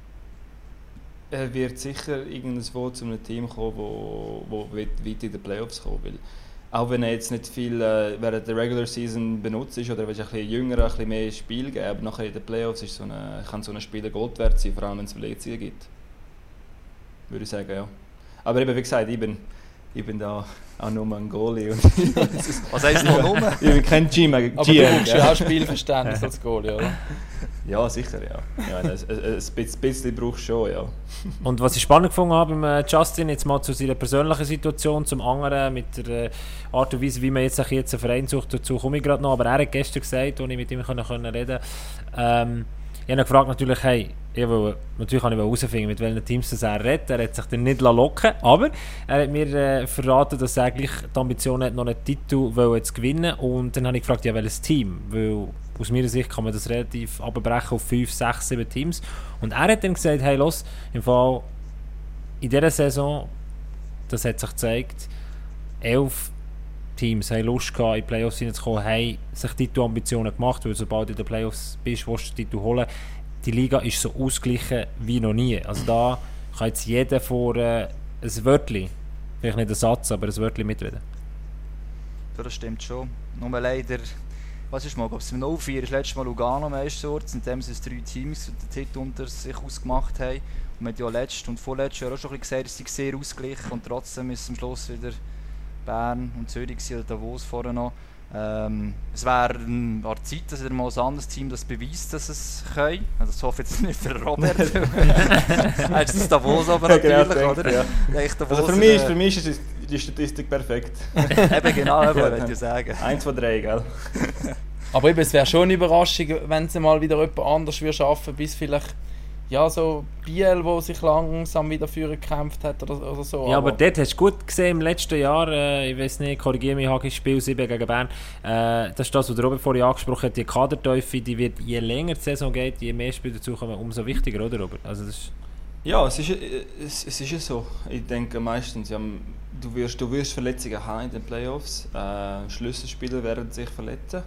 Er wird sicher irgendwo zu einem Team kommen, wo weit in den Playoffs kommen will. Auch wenn er jetzt nicht viel während der Regular Season benutzt ist oder ein bisschen jünger, ein bisschen mehr Spiel geben, aber nachher in den Playoffs ist kann so ein Spieler Gold wert sein, vor allem wenn es Verletzungen gibt. Würde ich sagen, ja. Aber eben, wie gesagt, ich bin da auch nur ein Goalie.
Was heisst noch nur?
Ich bin kein GM.
Aber du brauchst ja auch Spielverständnis als Goalie, oder?
Ja, sicher, ja. Ein bisschen brauchst du schon, ja.
Und was ich spannend gefunden habe beim Justin, jetzt mal zu seiner persönlichen Situation, zum anderen mit der Art und Weise, wie man jetzt einen Verein sucht, dazu komme ich gerade noch, aber er hat gestern gesagt, als ich mit ihm reden konnte, ich habe ihn gefragt, natürlich, hey, natürlich kann ich herausfinden, mit welchen Teams das er redet. Er hat sich dann nicht locken lassen, aber er hat mir verraten, dass er gleich die Ambition hat, noch einen Titel zu gewinnen. Und dann habe ich gefragt, ja, welches Team? Weil aus meiner Sicht kann man das relativ abbrechen auf 5, 6, 7 Teams. Und er hat dann gesagt, hey, los, im Fall in dieser Saison, das hat sich gezeigt, 11 Teams haben Lust gehabt, in die Playoffs hineinzukommen, haben sich Titelambitionen gemacht, weil sobald du in den Playoffs bist, willst du den Titel holen. Die Liga ist so ausgeglichen wie noch nie. Also da kann jetzt jeder vor ein Wörtchen, vielleicht nicht ein Satz, aber ein Wörtchen mitreden.
Ja, das stimmt schon. Nur leider, was ist mal, ob es im 04 ist letztes Mal Lugano Meisterort, in dem es 3 Teams den Titel unter sich ausgemacht haben. Und man hat ja letztes und vorletztes Jahr auch schon gesagt, es sei sehr ausgeglichen und trotzdem ist es am Schluss wieder Bern und Zürich oder Davos vorher noch. Es wäre an der Zeit, dass mal ein anderes Team das beweist, dass es kann. Also das hoffe ich jetzt nicht für Robert. Er ist das Davos aber natürlich, oder?
Ja.
Davos,
also für mich ist die Statistik perfekt.
Eben genau, würde ich sagen.
1 von 3, gell?
Aber eben, es wäre schon eine Überraschung, wenn es mal wieder jemand anders schaffen würde, bis vielleicht ja, so Biel, der sich langsam wieder führen gekämpft hat oder so.
Ja, aber dort hast du gut gesehen im letzten Jahr, ich weiß nicht, korrigiere mich, Hagi, Spiel 7 gegen Bern, das ist das, was der Robert vorhin angesprochen hat, die Kaderteufel, die wird, je länger die Saison geht, je mehr Spiele dazukommen, umso wichtiger, oder Robert? Also das ist
ja, es ist ja so. Ich denke meistens, ja, du wirst Verletzungen haben in den Playoffs, Schlüsselspieler werden sich verletzen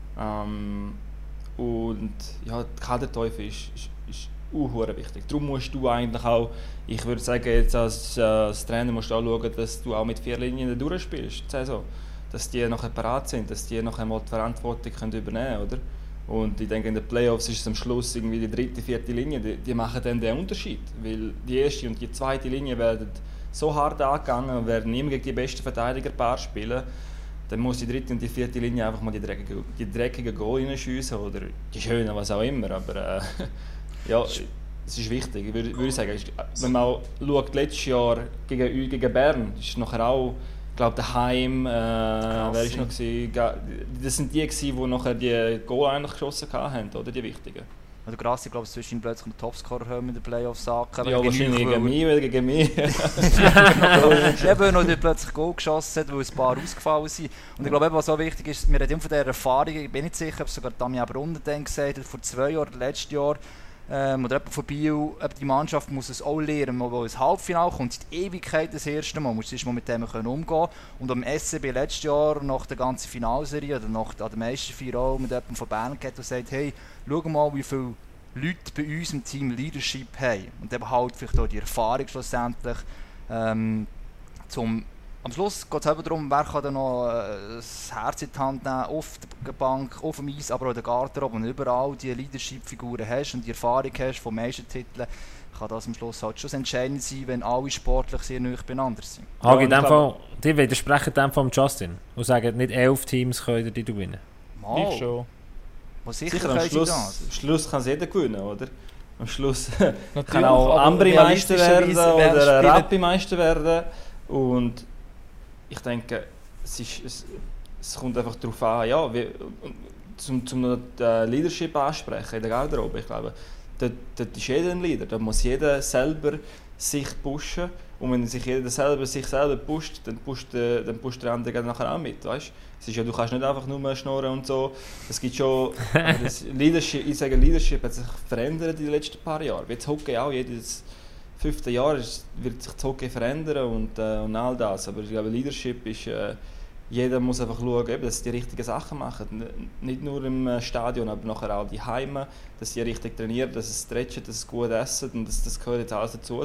und ja, die Kaderteufel ist wichtig. Darum musst du eigentlich auch, ich würde sagen, jetzt als Trainer musst du auch schauen, dass du auch mit 4 Linien durchspielst, die Saison. Dass die nachher parat sind, dass die nachher mal die Verantwortung können übernehmen können, oder? Und ich denke, in den Playoffs ist es am Schluss irgendwie die 3., 4. Linie, die machen dann den Unterschied. Weil die erste und die 2. Linie werden so hart angegangen und werden immer gegen die besten Verteidigerpaar spielen. Dann muss die 3. und die 4. Linie einfach mal die dreckigen Goal reinschiessen oder die schönen, was auch immer. Aber ja, es ist wichtig. Ich würde sagen, wenn man auch schaut, letztes Jahr gegen Bern, ist nachher auch, ich glaube, daheim, wer ist noch gewesen? Das sind die, die nachher die Goal eigentlich geschossen haben, oder die wichtigen.
Oder Grassi, glaube ich, zwischen plötzlich einen Topscorer in den Playoffs sagen.
Ja, wahrscheinlich gegen mich.
Eben noch plötzlich Goal geschossen hat, weil ein paar ausgefallen sind. Und ich glaube, was so wichtig ist, wir reden von dieser Erfahrung, ich bin nicht sicher, ob sogar Damian Brunner dann gesagt hat, vor 2 Jahren oder letztes Jahr, oder jemand von Biel, die Mannschaft muss es auch lernen, wo ins Halbfinale kommt, die Ewigkeit das erste Mal, muss man mit dem umgehen können. Und am SCB letztes Jahr, nach der ganzen Finalserie, oder nach der Meisterfeier auch mit jemandem von Bern geht und sagt, hey, schau mal, wie viele Leute bei uns im Team Leadership haben. Und eben halt vielleicht auch die Erfahrung schlussendlich, am Schluss geht es eben darum, wer kann dann noch das Herz in die Hand nehmen, auf der Bank, auf dem Eis, aber auch in der Garderobe und überall die Leadership-Figuren hast und die Erfahrung hast von Meistertiteln, kann das am Schluss halt schon entscheidend sein, wenn alle sportlich sehr nahe beieinander sind.
Hagi, die widersprechen dem von Justin und sagen, nicht 11 Teams können die gewinnen.
Mal.
Ich schon.
Sicher
am Schluss kann es jeder gewinnen, oder? Am Schluss kann
Natürlich,
auch Ambri Meister werden oder Rappi Meister werden. Und ich denke, es kommt einfach darauf an, ja, zum Leadership ansprechen in der Garderobe. Ich glaube, dort ist jeder ein Leader. Da muss jeder selber sich pushen. Und wenn sich jeder sich selber pusht, dann pusht der andere nachher auch mit. Weißt? Es ist ja, du kannst nicht einfach nur schnurren und so. Es gibt schon. Ich sage, Leadership hat sich verändert in den letzten paar Jahren. Wie das Hockey auch. Jedes 5. Jahr wird sich das Hockey verändern und all das. Aber ich glaube, Leadership ist. Jeder muss einfach schauen, dass sie die richtigen Sachen machen. Nicht nur im Stadion, aber nachher auch die Heime, dass sie richtig trainieren, dass sie stretchen, dass sie gut essen. Und das gehört jetzt alles dazu.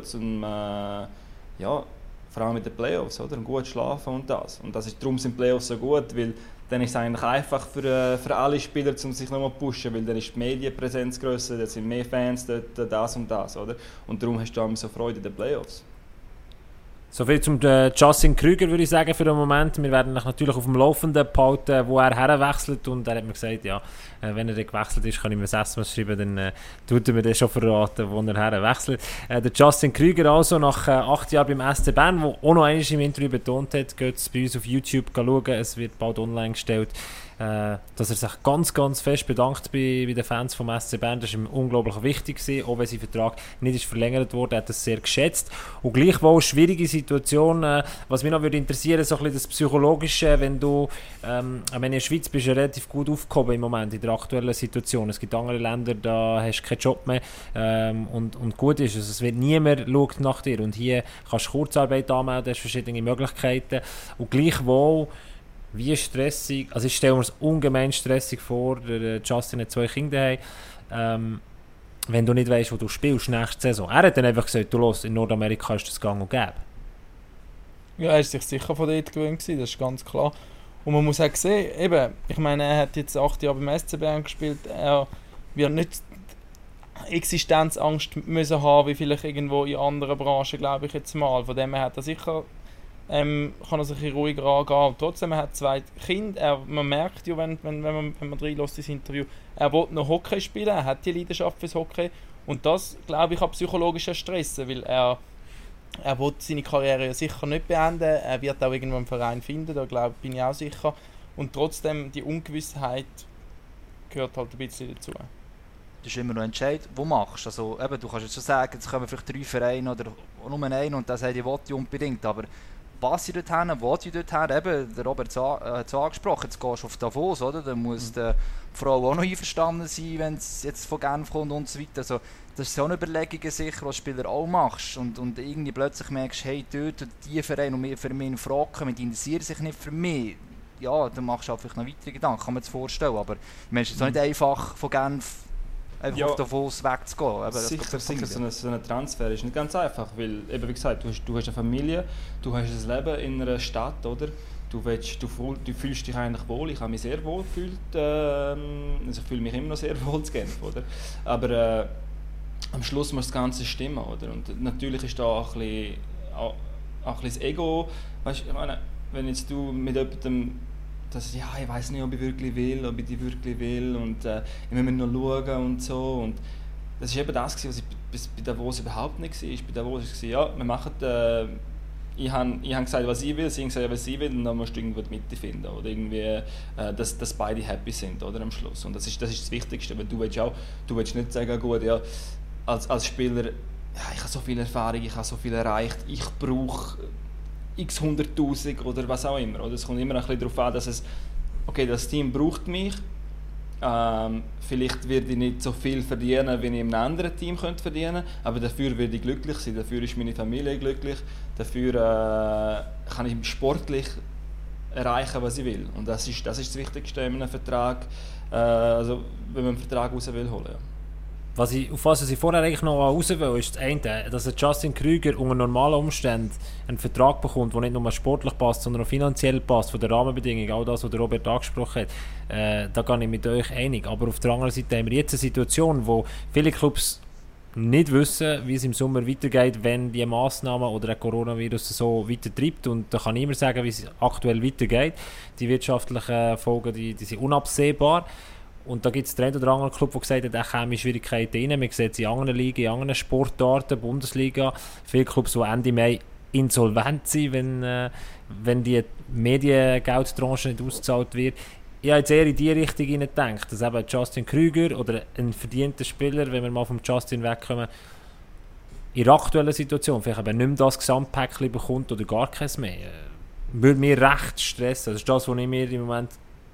Ja, vor allem mit den Playoffs, oder? Und gut schlafen und das. Und darum sind Playoffs so gut, weil dann ist es eigentlich einfach für alle Spieler, um sich nochmal zu pushen, weil dann ist die Medienpräsenz grösser, dann sind mehr Fans dort, das und das, oder? Und darum hast du auch so Freude in den Playoffs.
Soviel zum Justin Krüger, würde ich sagen, für den Moment. Wir werden natürlich auf dem Laufenden behalten, wo er herwechselt. Und er hat mir gesagt, ja, wenn er dann gewechselt ist, kann ich mir das SMS schreiben, dann tut er mir das schon verraten, wo er herwechselt. Der Justin Krüger also nach 8 Jahren beim SC Bern, der auch noch einmal im Interview betont hat, geht es bei uns auf YouTube schauen, es wird bald online gestellt, dass er sich ganz, ganz fest bedankt bei den Fans vom SC Bern. Das war ihm unglaublich wichtig gewesen, auch wenn sein Vertrag nicht ist verlängert wurde, er hat das sehr geschätzt. Und gleichwohl eine schwierige Situation, was mich noch würde interessieren, so ein bisschen das Psychologische, wenn du, in der Schweiz bist du relativ gut aufgehoben im Moment, in der aktuellen Situation. Es gibt andere Länder, da hast du keinen Job mehr und gut ist es. Es wird niemand schaut nach dir und hier kannst du Kurzarbeit anmelden, hast verschiedene Möglichkeiten und gleichwohl wie stressig, also ich stelle mir es ungemein stressig vor, der Justin hat 2 Kinder daheim, wenn du nicht weißt, wo du spielst nächste Saison. Er hat dann einfach gesagt, du los, in Nordamerika ist das gang und gäbe.
Ja, er ist sich sicher von dort gewöhnt gewesen, das ist ganz klar. Und man muss auch sehen, eben, ich meine, er hat jetzt 8 Jahre beim SC Bern gespielt, er wird nicht Existenzangst müssen haben, wie vielleicht irgendwo in anderen Branchen, glaube ich jetzt mal. Von dem her hat er sicher kann er sich ein bisschen ruhiger angehen. Und trotzdem, er hat 2 Kinder. Man merkt ja, wenn man reinlässt ins Interview, er will noch Hockey spielen, er hat die Leidenschaft fürs Hockey. Und das, glaube ich, kann psychologisch stressen, weil er will seine Karriere ja sicher nicht beenden. Er wird auch irgendwo einen Verein finden, da bin ich auch sicher. Und trotzdem, die Ungewissheit gehört halt ein bisschen dazu.
Das ist immer noch ein Entscheid, wo machst du. Also, eben, du kannst jetzt schon sagen, jetzt kommen vielleicht 3 Vereine oder nur einen und das sagt, ich will die unbedingt. Aber passe ich dorthin, will ich dorthin? Eben, der Robert hat es angesprochen, jetzt gehst du auf Davos, oder? Dann muss die Frau auch noch einverstanden sein, wenn es jetzt von Genf kommt und so weiter. Also, das sind so eine Überlegung sicher, was Spieler auch machst. Und irgendwie plötzlich merkst du, hey, dort, die Vereine, und für mich in Frage kommen, die interessieren sich nicht für mich. Ja, dann machst du halt vielleicht noch weitere Gedanken, kann man sich vorstellen. Aber es ist nicht einfach von Genf einfach auf Davos wegzugehen. Eben,
sicher so ein Transfer ist nicht ganz einfach, weil, eben wie gesagt, du hast eine Familie, du hast ein Leben in einer Stadt, oder? du fühlst dich eigentlich wohl. Ich habe mich sehr wohl gefühlt, also ich fühle mich immer noch sehr wohl zu Genf, oder? Aber am Schluss muss das Ganze stimmen, oder? Und natürlich ist da auch ein bisschen das Ego, weißt, ich meine, wenn jetzt du mit jemandem ich weiß nicht, ob ich die wirklich will und ich muss noch schauen und so, und das war eben das, was ich bei Davos überhaupt nicht war. Bei Davos war ja, wir machen ich habe gesagt, was ich will, sie haben gesagt, was sie will, und dann musst du irgendwo die Mitte finden. Oder irgendwie, dass beide happy sind, oder, am Schluss. Und das ist das Wichtigste, weil du willst nicht sagen, gut, ja, als Spieler, ja, ich habe so viel Erfahrung, ich habe so viel erreicht, ich brauche x 100'000 oder was auch immer. Oder? Es kommt immer ein bisschen darauf an, dass das Team braucht mich. Vielleicht werde ich nicht so viel verdienen, wie ich in einem anderen Team könnte verdienen, aber dafür werde ich glücklich sein, dafür ist meine Familie glücklich, dafür kann ich sportlich erreichen, was ich will. Und das ist das Wichtigste in einem Vertrag, also wenn man einen Vertrag raus will holen. Ja.
Auf was ich vorher eigentlich noch raus will, ist das eine, dass Justin Krüger unter normalen Umständen einen Vertrag bekommt, der nicht nur sportlich passt, sondern auch finanziell passt, von den Rahmenbedingungen, all das, was der Robert angesprochen hat. Da gehe ich mit euch einig. Aber auf der anderen Seite haben wir jetzt eine Situation, wo viele Clubs nicht wissen, wie es im Sommer weitergeht, wenn die Massnahmen oder der Coronavirus so weiter treibt. Und da kann niemand sagen, wie es aktuell weitergeht. Die wirtschaftlichen Folgen, die sind unabsehbar. Und da gibt es den einen oder anderen Club, der gesagt hat, er käme in Schwierigkeiten rein. Man sieht es in anderen Ligen, in anderen Sportarten, Bundesliga. Viele Clubs, die Ende Mai insolvent sind, wenn die Mediengeldtranche nicht ausgezahlt wird. Ich habe jetzt eher in die Richtung gedacht, dass eben Justin Krüger oder ein verdienter Spieler, wenn wir mal vom Justin wegkommen, in der aktuellen Situation vielleicht eben nicht mehr das Gesamtpäckchen bekommt oder gar keins mehr. Würde mir recht stressen. Das ist das, was ich mir im Moment...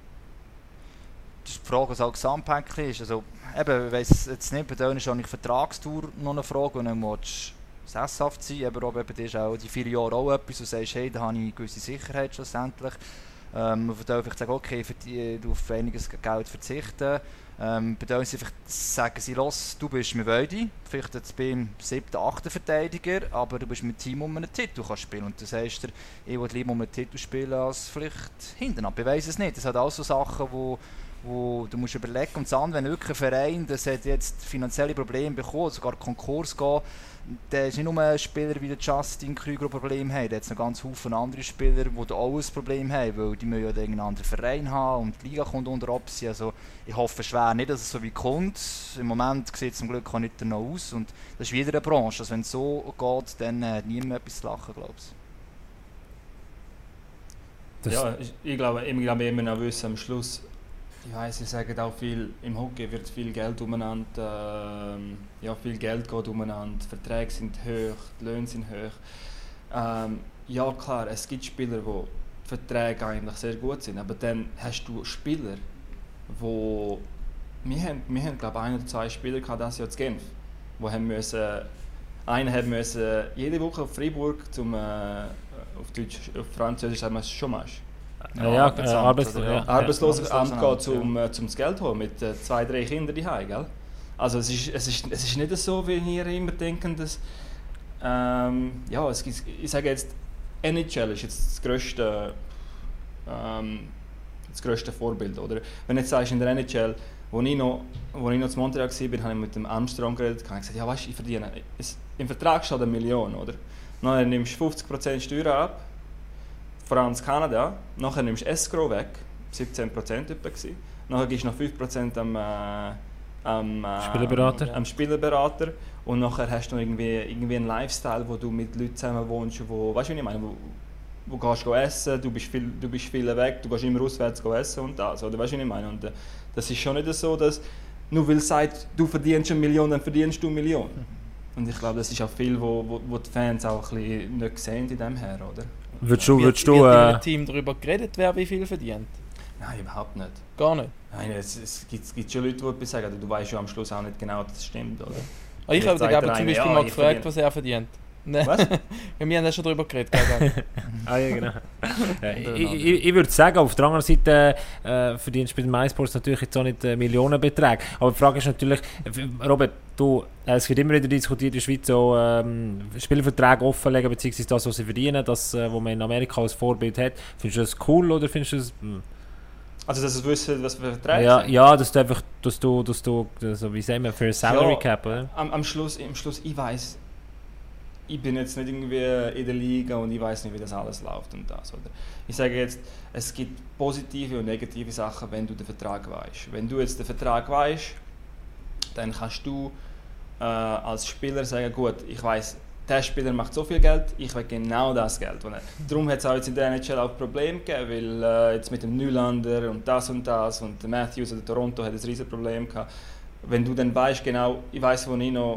Das ist die Frage, was auch Gesamtpäckchen ist. Also, eben, ich weiss jetzt nicht, bei denen ist auch nicht Vertragstour noch eine Frage, und dann willst du sesshaft sein, aber bei dir ist auch die 4 Jahre auch etwas, und sagst, hey, da habe ich eine gewisse Sicherheit schlussendlich. Man darf vielleicht sagen, okay, du auf einiges Geld verzichten. Bei denen sagen sie, los, du bist mit beide, vielleicht jetzt beim 7., 8. Verteidiger, aber du bist mit dem Team um einen Titel spielen. Und du sagst dir, ich will lieber um einen Titel spielen, als vielleicht hinten ab. Ich weiss es nicht. Das sind auch so Sachen, wo du musst überlegen. Und das andere, wenn wirklich ein Verein, das hat jetzt finanzielle Probleme bekommen, sogar Konkurs gehen, der ist nicht nur ein Spieler wie der Justin Krüger ein Problem haben, der hat noch ganz viele andere Spieler, die auch ein Problem haben, weil die müssen ja irgendeinen anderen Verein haben und die Liga kommt unter Opsi. Also ich hoffe schwer nicht, dass es so wie kommt. Im Moment sieht es zum Glück auch nicht danach aus, und das ist wieder eine Branche. Also wenn es so geht, dann hat niemand etwas zu lachen, glaube ich.
Ja, ich glaube immer noch wissen am Schluss. Ich weiss, sie sagen auch viel, im Hockey wird viel Geld umeinander, viel Geld geht umeinander, die Verträge sind hoch, die Löhne sind hoch. Ja klar, es gibt Spieler, wo die Verträge eigentlich sehr gut sind, aber dann hast du Spieler, wo... Wir haben glaube ich 1 oder 2 Spieler gehabt, das Jahr in Genf, die haben müssen... Einer hat müssen jede Woche auf Freiburg auf Französisch sagen wir Chômage. Arbeitslosenamt gehen, zum das Geld holen, mit 2, 3 Kindern daheim, gell? Also es ist nicht so, wie ihr immer denken, dass ich sage jetzt, NHL ist jetzt das grösste Vorbild, oder? Wenn du jetzt sagst, in der NHL, wo ich noch zu Montreal war, habe ich mit dem Armstrong geredet und gesagt, ja weißt, ich verdiene, im Vertrag steht 1 Million, oder? Dann nimmst du 50% Steuern ab, vor allem in Kanada, nachher nimmst du Escrow weg, 17% etwa gewesen. Nachher gibst du noch 5% am Spielerberater, und nachher hast du noch irgendwie einen Lifestyle, wo du mit Leuten zusammen wohnst, weißt du, wie ich meine, wo gehst du essen, du bist viel weg, du gehst immer auswärts essen und das, oder weißt du, wie ich meine. Und das ist schon nicht so, dass nur weil es sagt, du verdienst 1 Million, dann verdienst du 1 Million. Und ich glaube, das ist auch viel, wo die Fans auch ein bisschen nicht sehen in dem her, oder?
Wird in einem Team darüber geredet, wer wie viel verdient?
Nein, überhaupt nicht.
Gar nicht?
Nein, es gibt schon Leute, die etwas sagen, du weißt ja am Schluss auch nicht genau, dass es stimmt, oder?
Ich habe den Gaber zum Beispiel mal gefragt, was er verdient. Nein.
Was?
Wir haben ja schon darüber geredet. Gell?
Ah ja, genau. Ich würde sagen, auf der anderen Seite verdienst du bei den MySports natürlich jetzt auch nicht Millionenbeträge. Aber die Frage ist natürlich, Robert, es wird immer wieder diskutiert in der Schweiz so Spielverträge offenlegen, beziehungsweise das, was sie verdienen, das, was man in Amerika als Vorbild hat. Findest du das cool oder findest du das...
Also, dass du wissen, was wir vertreiben?
Ja, dass du einfach, dass du so, wie sagen wir, für Salary Cap, oder?
Am Schluss, ich weiss, ich bin jetzt nicht irgendwie in der Liga und ich weiß nicht, wie das alles läuft und das, oder? Ich sage jetzt, es gibt positive und negative Sachen, wenn du den Vertrag weißt. Wenn du jetzt den Vertrag weißt, dann kannst du als Spieler sagen, gut, ich weiss, der Spieler macht so viel Geld, ich will genau das Geld. Darum hat es auch jetzt in der NHL auch Probleme gegeben, weil jetzt mit dem Nylander und der Matthews oder Toronto hat ein riesiges Problem gehabt. Wenn du dann weißt, genau, ich weiss, wo ich noch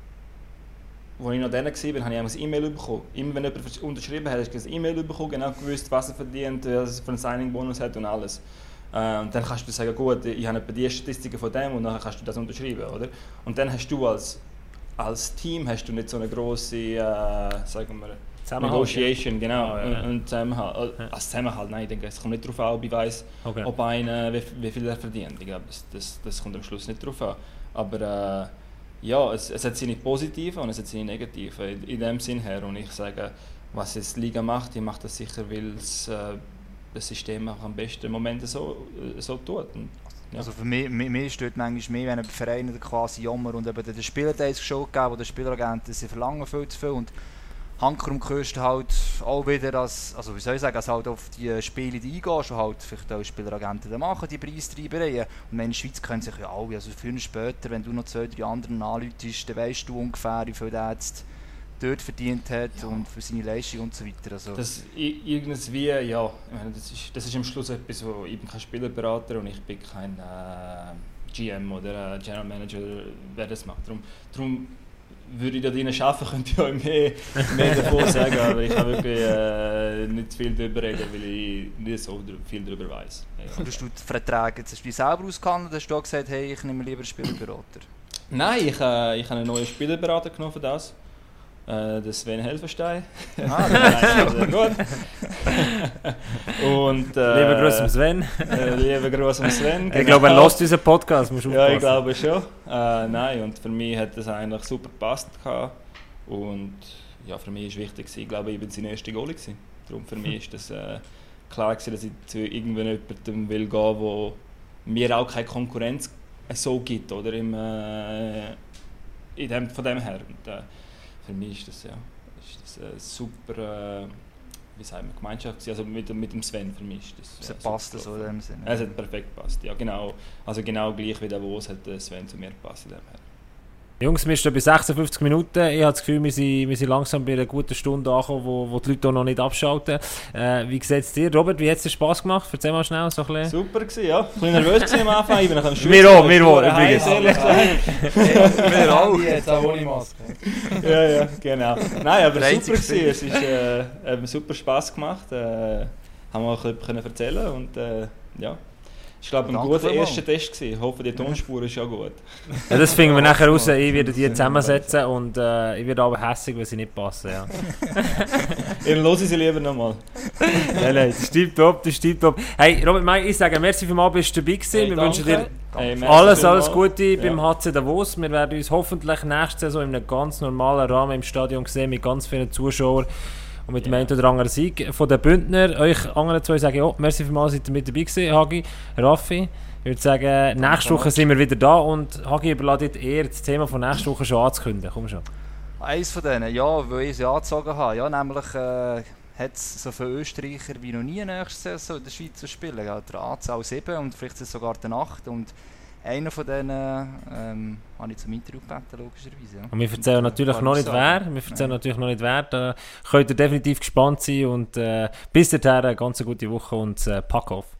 dann war, habe ich ein E-Mail bekommen. Immer wenn jemand unterschrieben hat, habe ich ein E-Mail bekommen, genau gewusst, was er verdient, was er für einen Signing-Bonus hat und alles. Und dann kannst du sagen, gut, ich habe etwa die Statistiken von dem und dann kannst du das unterschreiben, oder? Und dann hast du als Team hast du nicht so eine grosse, sagen wir, Negotiation, genau, und Zusammenhalt. Zusammenhalt, nein, ich denke, es kommt nicht darauf an, ob ich weiss, ob einer, wie viel er verdient. Ich glaube, das kommt am Schluss nicht darauf an. Aber ja, es hat seine positiven und es hat seine negativen in dem Sinn her. Und ich sage, was jetzt die Liga macht, die macht das sicher, weil das System auch am besten im Moment so tut. Und, ja.
Also für mich stört manchmal mehr, wenn Vereine quasi jammern und eben den Spielerdays geschaut geben, wo der Spieleragenten sie verlangen viel zu viel. Und Hankerum hörst du halt auch wieder, dass halt auf die Spiele eingehst und halt vielleicht auch Spieleragenten machen, die Preistreibereien. Und in der Schweiz können sich ja alle, also früher und später, wenn du noch 2-3 anderen anläutest, dann weisst du ungefähr, wie viel der jetzt dort verdient hat und für seine Leistung und so weiter. Also
das irgendwie, ja, ich meine, das ist am Schluss etwas, wo ich bin kein Spielerberater und ich bin kein GM oder General Manager, wer das macht. Darum würde ich da drinnen arbeiten, könnte ich euch mehr davon sagen, aber ich kann wirklich nicht viel darüber reden, weil ich nicht so viel darüber weiss. Ja.
Hast du die Verträge jetzt selber ausgehandelt, hast du gesagt, hey, ich nehme lieber einen Spielerberater?
Nein, ich habe einen neuen Spielerberater genommen für das. Der Sven Helfenstein. Sehr gut. Und,
lieber Gruß am Sven.
Lieber Gruß am Sven.
Ich glaube, er hört unseren Podcast. Musst
ja, ich glaube schon. Nein, und für mich hat das eigentlich super gepasst. Und ja, für mich war wichtig, ich glaube, ich war sein erster Goalie. Darum für mich ist das klar gewesen, dass ich zu irgendjemandem will gehen, wo mir auch keine Konkurrenz so gibt, oder von dem her. Und, für mich ist das super Gemeinschaft, also mit dem Sven für mich ist das.
Es passt so in dem Sinne.
Es hat perfekt gepasst, ja genau. Also genau gleich wie der Wos hat Sven zu mir gepasst in dem her.
Jungs, wir sind bei 56 Minuten. Ich habe das Gefühl, wir sind langsam bei einer guten Stunde angekommen, wo die Leute auch noch nicht abschalten. Wie sieht es dir? Robert, wie hat es dir Spass gemacht? Erzähl mal schnell. So ein
super gewesen, ja. Ich war nervös am Anfang. Ich bin am Schweiz.
Wir auch übrigens.
Wir auch. Jetzt auch ohne Maske.
Ja, genau. Nein, aber super gewesen. Es hat super Spass gemacht. Haben wir auch ein bisschen erzählen und ja. Ich glaube, ein guter erster Test gewesen. Ich hoffe, die Tonspur ist ja gut.
Ja, das finden wir nachher raus. Ich werde die zusammensetzen und ich werde aber hässlich, wenn sie nicht passen. Ja.
Dann hören Sie lieber nochmal.
Nein, das stimmt top, Hey, Robert May, ich sage merci vielmals, bist du dabei gewesen.
Hey,
wir wünschen dir alles Gute beim HC Davos. Wir werden uns hoffentlich nächste Saison in einem ganz normalen Rahmen im Stadion sehen, mit ganz vielen Zuschauern. Und mit dem einen oder anderen Sieg von den Bündner. Euch anderen zwei sagen, ja, merci vielmals, seid ihr mit dabei gewesen, Hagi, Raffi. Ich würde sagen, nächste Woche sind wir wieder da und Hagi, überladet eher das Thema von nächster Woche schon anzukündigen. Komm schon.
Eins von denen, ja, weil ich sie angezogen habe. Ja, nämlich hat es so viele Österreicher wie noch nie nächste Saison in der Schweiz zu spielen. Ja, der Anzahl 7 und vielleicht sogar der 8. Und einer von denen habe ich zum Interview gebeten, logischerweise. Ja.
Und wir erzählen natürlich noch nicht wer. Da könnt ihr definitiv gespannt sein und bis dahin eine ganz gute Woche und pack auf.